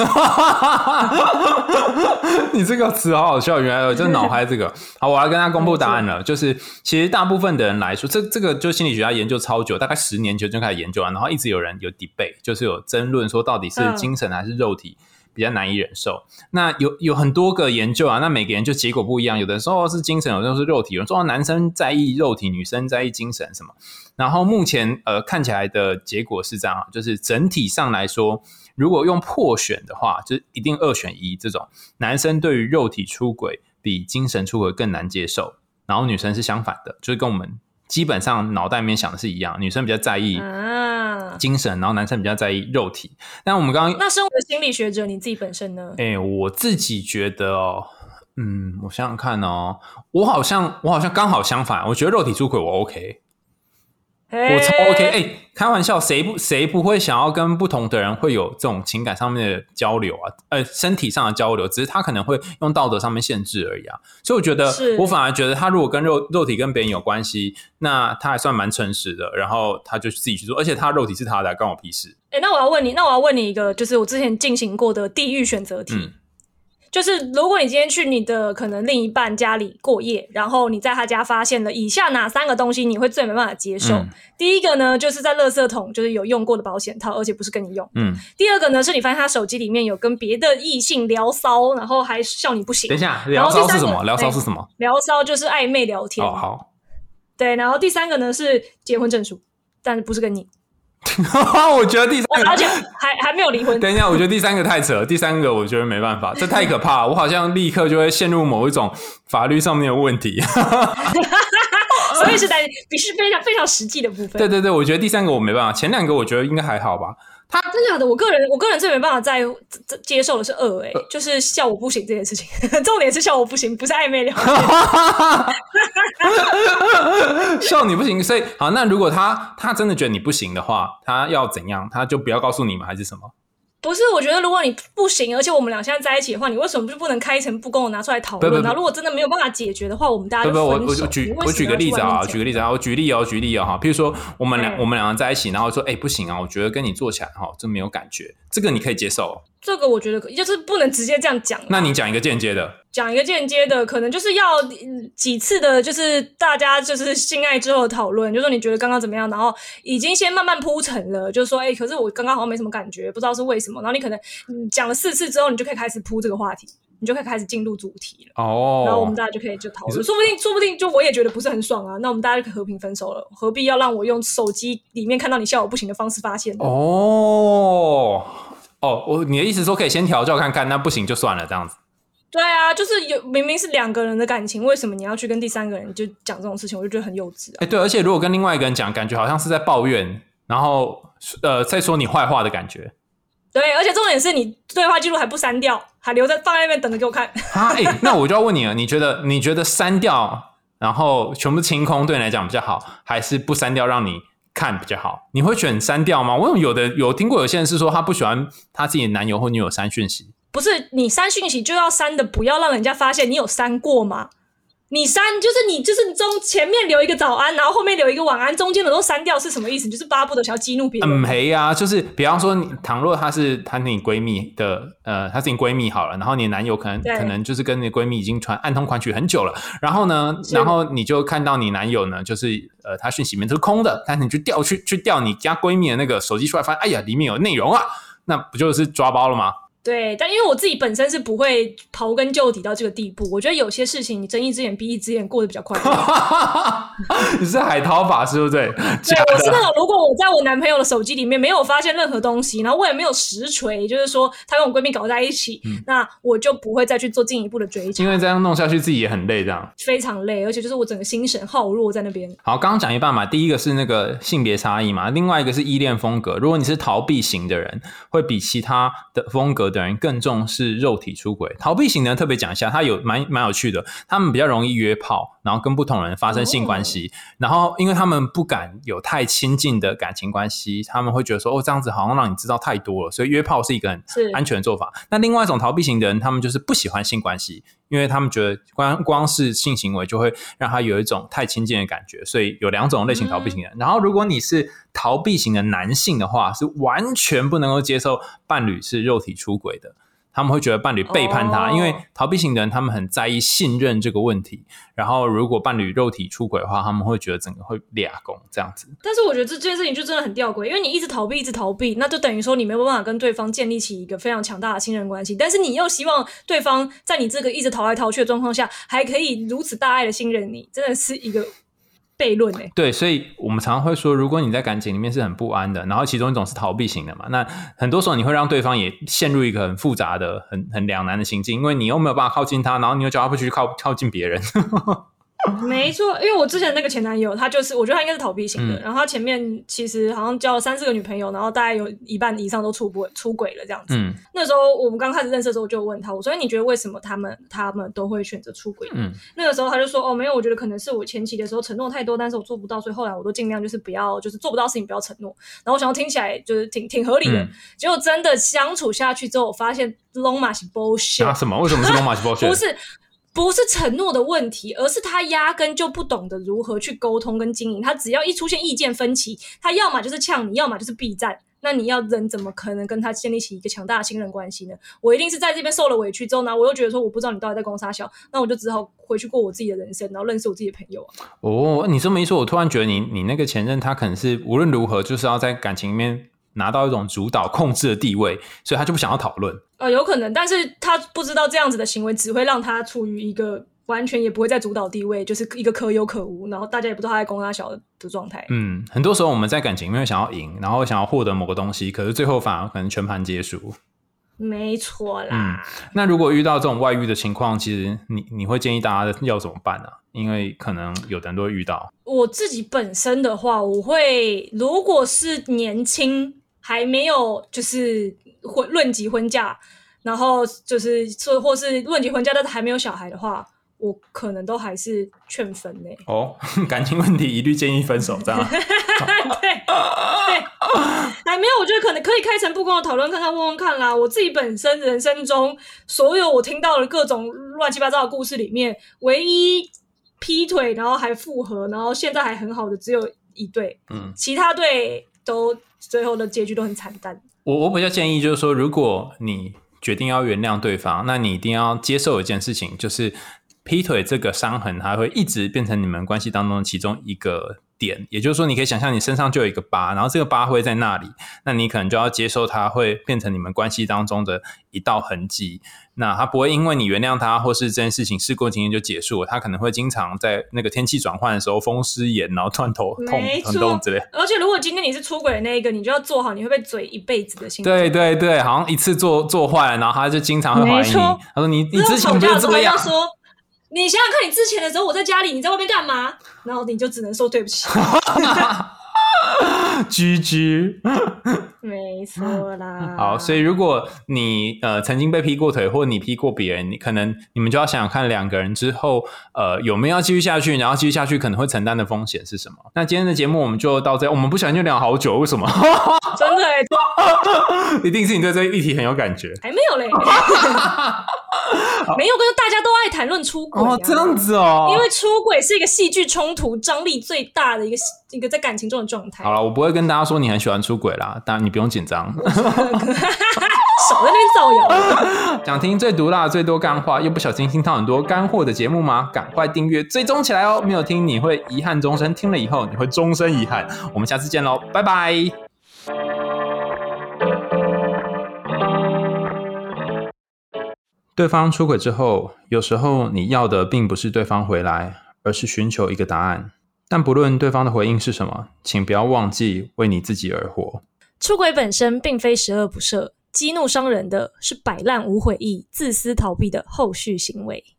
[SPEAKER 1] 你这个词好好笑，原来有这脑嗨这个。好，我要跟他公布答案了，就是其实大部分的人来说，这个就心理学家研究超久，大概10年前就开始研究了，然后一直有人有 debate， 就是有争论说到底是精神还是肉体比较难以忍受。那有很多个研究啊，那每个研究结果不一样，有的人说是精神，有的人说是肉体，有人说男生在意肉体，女生在意精神什么。然后目前看起来的结果是这样，就是整体上来说，如果用破选的话，就是一定2选1这种，男生对于肉体出轨比精神出轨更难接受，然后女生是相反的，就是跟我们基本上脑袋里面想的是一样，女生比较在意精神，然后男生比较在意肉体。但我们刚刚
[SPEAKER 2] 那身为心理学者，你自己本身呢？
[SPEAKER 1] 我自己觉得我想想看哦，我好像刚好相反，我觉得肉体出轨我 OK。我超 OK，开玩笑，谁不会想要跟不同的人会有这种情感上面的交流啊？身体上的交流，只是他可能会用道德上面限制而已啊。所以我觉得，我反而觉得他如果跟肉体跟别人有关系，那他还算蛮诚实的，然后他就自己去做，而且他肉体是他的，关我屁事。
[SPEAKER 2] 那我要问你一个，就是我之前进行过的地狱选择题。就是如果你今天去你的可能另一半家里过夜，然后你在他家发现了以下哪3个东西你会最没办法接受。第一个呢，就是在垃圾桶就是有用过的保险套，而且不是跟你用。第二个呢，是你发现他手机里面有跟别的异性聊骚，然后还笑你不行。
[SPEAKER 1] 等一下，聊骚是什么？聊骚是什么？
[SPEAKER 2] 聊骚就是暧昧聊天。
[SPEAKER 1] 好。
[SPEAKER 2] 对，然后第3个呢是结婚证书，但是不是跟你。
[SPEAKER 1] 我觉得第3个，
[SPEAKER 2] 而且还没有离婚。
[SPEAKER 1] 等一下，我觉得第3个太扯了，第3个我觉得没办法，这太可怕了，我好像立刻就会陷入某一种法律上面的问题。
[SPEAKER 2] 所以是非常非常实际的部分。
[SPEAKER 1] 对，我觉得第3个我没办法，前2个我觉得应该还好吧。
[SPEAKER 2] 真的假的？我个人最没办法接受的是2，就是笑我不行这件事情。重点是笑我不行，不是暧昧聊天。
[SPEAKER 1] 笑你不行，所以好，那如果他真的觉得你不行的话，他要怎样？他就不要告诉你吗？还是什么？
[SPEAKER 2] 不是，我觉得如果你不行，而且我们俩现在在一起的话，你为什么就不能开诚布公的拿出来讨论呢？如果真的没有办法解决的话，我们大家就分手。
[SPEAKER 1] 我举个例子啊，我举例哦哈，譬如说我们两个在一起，然后说不行啊，我觉得跟你做起来真没有感觉，这个你可以接受？
[SPEAKER 2] 这个我觉得可以，就是不能直接这样讲。
[SPEAKER 1] 那你讲一个间接的。
[SPEAKER 2] 讲一个间接的，可能就是要几次的，就是大家就是性爱之后的讨论，就说你觉得刚刚怎么样，然后已经先慢慢铺陈了，就是说可是我刚刚好像没什么感觉，不知道是为什么，然后你可能讲了4次之后，你就可以开始铺这个话题，你就可以开始进入主题了。然后我们大家就可以就讨论，说不定就我也觉得不是很爽啊，那我们大家就可以和平分手了，何必要让我用手机里面看到你笑我不行的方式发现呢？你
[SPEAKER 1] 的意思说可以先调教看看，那不行就算了这样子。
[SPEAKER 2] 对啊，就是明明是2个人的感情，为什么你要去跟第3个人就讲这种事情？我就觉得很幼稚啊。
[SPEAKER 1] 对，而且如果跟另外一个人讲，感觉好像是在抱怨，然后在说你坏话的感觉。
[SPEAKER 2] 对，而且重点是你对话记录还不删掉，还留在放在那边等着给我看。
[SPEAKER 1] 那我就要问你了，你觉得删掉然后全部清空对你来讲比较好，还是不删掉让你看比较好？你会选删掉吗？我有听过有些人是说他不喜欢他自己的男友或女友删讯息。
[SPEAKER 2] 不是，你删讯息就要删的，不要让人家发现你有删过吗？你删就是你前面留一个早安，然后后面留一个晚安，中间的都删掉是什么意思？就是巴不得想要激怒别人。
[SPEAKER 1] 嘿啊，就是比方说倘若她是你闺蜜的她是你闺蜜好了，然后你的男友可能就是跟你的闺蜜已经暗通款曲很久了，然后你就看到你男友呢，就是他讯息里面都是空的，但是你就去调你家闺蜜的那个手机出来，发现哎呀里面有内容啊，那不就是抓包了吗？
[SPEAKER 2] 对，但因为我自己本身是不会刨根究底到这个地步，我觉得有些事情你睁一只眼闭一只眼过得比较快乐。
[SPEAKER 1] 你是海涛法师对不对？
[SPEAKER 2] 对，我是那种如果我在我男朋友的手机里面没有发现任何东西，然后我也没有实锤，就是说他跟我闺蜜搞在一起，那我就不会再去做进一步的追查，
[SPEAKER 1] 因为这样弄下去自己也很累，这样
[SPEAKER 2] 非常累，而且就是我整个心神耗弱在那边。
[SPEAKER 1] 好，刚刚讲一半嘛，第一个是那个性别差异嘛，另外一个是依恋风格。如果你是逃避型的人，会比其他的风格的人更重视肉体出轨。逃避型的人特别讲一下，他有蛮有趣的，他们比较容易约炮，然后跟不同人发生性关系，然后因为他们不敢有太亲近的感情关系，他们会觉得说这样子好像让你知道太多了，所以约炮是一个很安全的做法。那另外一种逃避型的人，他们就是不喜欢性关系，因为他们觉得光是性行为就会让他有一种太亲近的感觉，所以有2种类型逃避型的人。然后如果你是逃避型的男性的话，是完全不能够接受伴侣是肉体出轨的，他们会觉得伴侣背叛他，因为逃避型的人他们很在意信任这个问题，然后如果伴侣肉体出轨的话，他们会觉得整个会俩公这样子。
[SPEAKER 2] 但是我觉得这件事情就真的很吊诡，因为你一直逃避，那就等于说你没有办法跟对方建立起一个非常强大的信任关系，但是你又希望对方在你这个一直逃来逃去的状况下还可以如此大爱的信任你，真的是一个悖论欸。
[SPEAKER 1] 对，所以我们常常会说，如果你在感情里面是很不安的，然后其中一种是逃避型的嘛，那很多时候你会让对方也陷入一个很复杂的很两难的情境，因为你又没有办法靠近他，然后你又叫他不去靠近别人。
[SPEAKER 2] 没错，因为我之前那个前男友他就是我觉得他应该是逃避型的，然后他前面其实好像交了3-4个女朋友，然后大概有一半以上都出轨了这样子。那时候我们刚开始认识的时候我就问他，我说你觉得为什么他们都会选择出轨？那个时候他就说没有，我觉得可能是我前期的时候承诺太多，但是我做不到，所以后来我都尽量就是不要，就是做不到事情不要承诺。然后我想要听起来就是挺合理的，结果真的相处下去之后我发现 long much bullshit。
[SPEAKER 1] 什么？为什么是 long much bullshit？
[SPEAKER 2] 不是承诺的问题，而是他压根就不懂得如何去沟通跟经营。他只要一出现意见分歧，他要么就是呛你，要么就是避战。那你要人怎么可能跟他建立起一个强大的信任关系呢？我一定是在这边受了委屈之后呢，我又觉得说我不知道你到底在攻杀小，那我就只好回去过我自己的人生，然后认识我自己的朋友啊。
[SPEAKER 1] 你这么一说，我突然觉得你那个前任他可能是无论如何就是要在感情里面拿到一种主导控制的地位，所以他就不想要讨论。
[SPEAKER 2] 有可能，但是他不知道这样子的行为只会让他处于一个完全也不会在主导地位，就是一个可有可无，然后大家也不知道他在攻他小的状态。很多时候我们在感情里面想要赢，然后想要获得某个东西，可是最后反而可能全盘皆输。 没错啦。
[SPEAKER 1] 那如果遇到这种外遇的情况，其实你会建议大家要怎么办呢？因为可能有的人都会遇到。我
[SPEAKER 2] 自己本身的话，我会如果是年轻还没有就是论及婚嫁，然后就是或是论及婚嫁但是还没有小孩的话，我可能都还是劝分欸。
[SPEAKER 1] 感情问题一律建议分手这样。
[SPEAKER 2] 对，还没有，我觉得可能可以开诚布公的讨论看看问问看啦。我自己本身人生中所有我听到的各种乱七八糟的故事里面，唯一劈腿然后还复合然后现在还很好的只有一对，其他对都最后的结局都很惨淡。我
[SPEAKER 1] 比较建议就是说，如果你决定要原谅对方，那你一定要接受一件事情，就是劈腿这个伤痕它会一直变成你们关系当中的其中一个点，也就是说你可以想象你身上就有一个疤，然后这个疤会在那里，那你可能就要接受它会变成你们关系当中的一道痕迹。那他不会因为你原谅他或是这件事情事过境迁就结束了，他可能会经常在那个天气转换的时候风湿炎，然后突然头痛疼痛之类。
[SPEAKER 2] 而且如果今天你是出轨的那一个，你就要做好你会被嘴一辈子的心理。
[SPEAKER 1] 对对对，好像一次做坏了，然后他就经常会怀疑你，他说你之前不是这样。
[SPEAKER 2] 你想想看，你之前的时候我在家里，你在外面干嘛？然后你就只能说对不起。
[SPEAKER 1] GG
[SPEAKER 2] 没错啦。
[SPEAKER 1] 好，所以如果你曾经被劈过腿，或你劈过别人，你们就要想想看两个人之后有没有要继续下去，然后继续下去可能会承担的风险是什么。那今天的节目我们就到这，我们不小心就聊好久，为什么？
[SPEAKER 2] 真的耶
[SPEAKER 1] 一定是你对这个议题很有感觉。
[SPEAKER 2] 还没有嘞。没有，跟大家都爱谈论出轨
[SPEAKER 1] 哦，这样子哦。
[SPEAKER 2] 因为出轨是一个戏剧冲突张力最大的一个在感情中的状态。
[SPEAKER 1] 好了，我不会跟大家说你很喜欢出轨啦，当然你不用紧张。
[SPEAKER 2] 少在那边造谣。
[SPEAKER 1] 想听最毒辣、最多干话，又不小心听到很多干货的节目吗？赶快订阅追踪起来哦！没有听你会遗憾终生，听了以后你会终身遗憾。我们下次见喽，拜拜。对方出轨之后，有时候你要的并不是对方回来，而是寻求一个答案。但不论对方的回应是什么，请不要忘记为你自己而活。
[SPEAKER 2] 出轨本身并非十恶不赦，激怒伤人的是摆烂无悔意、自私逃避的后续行为。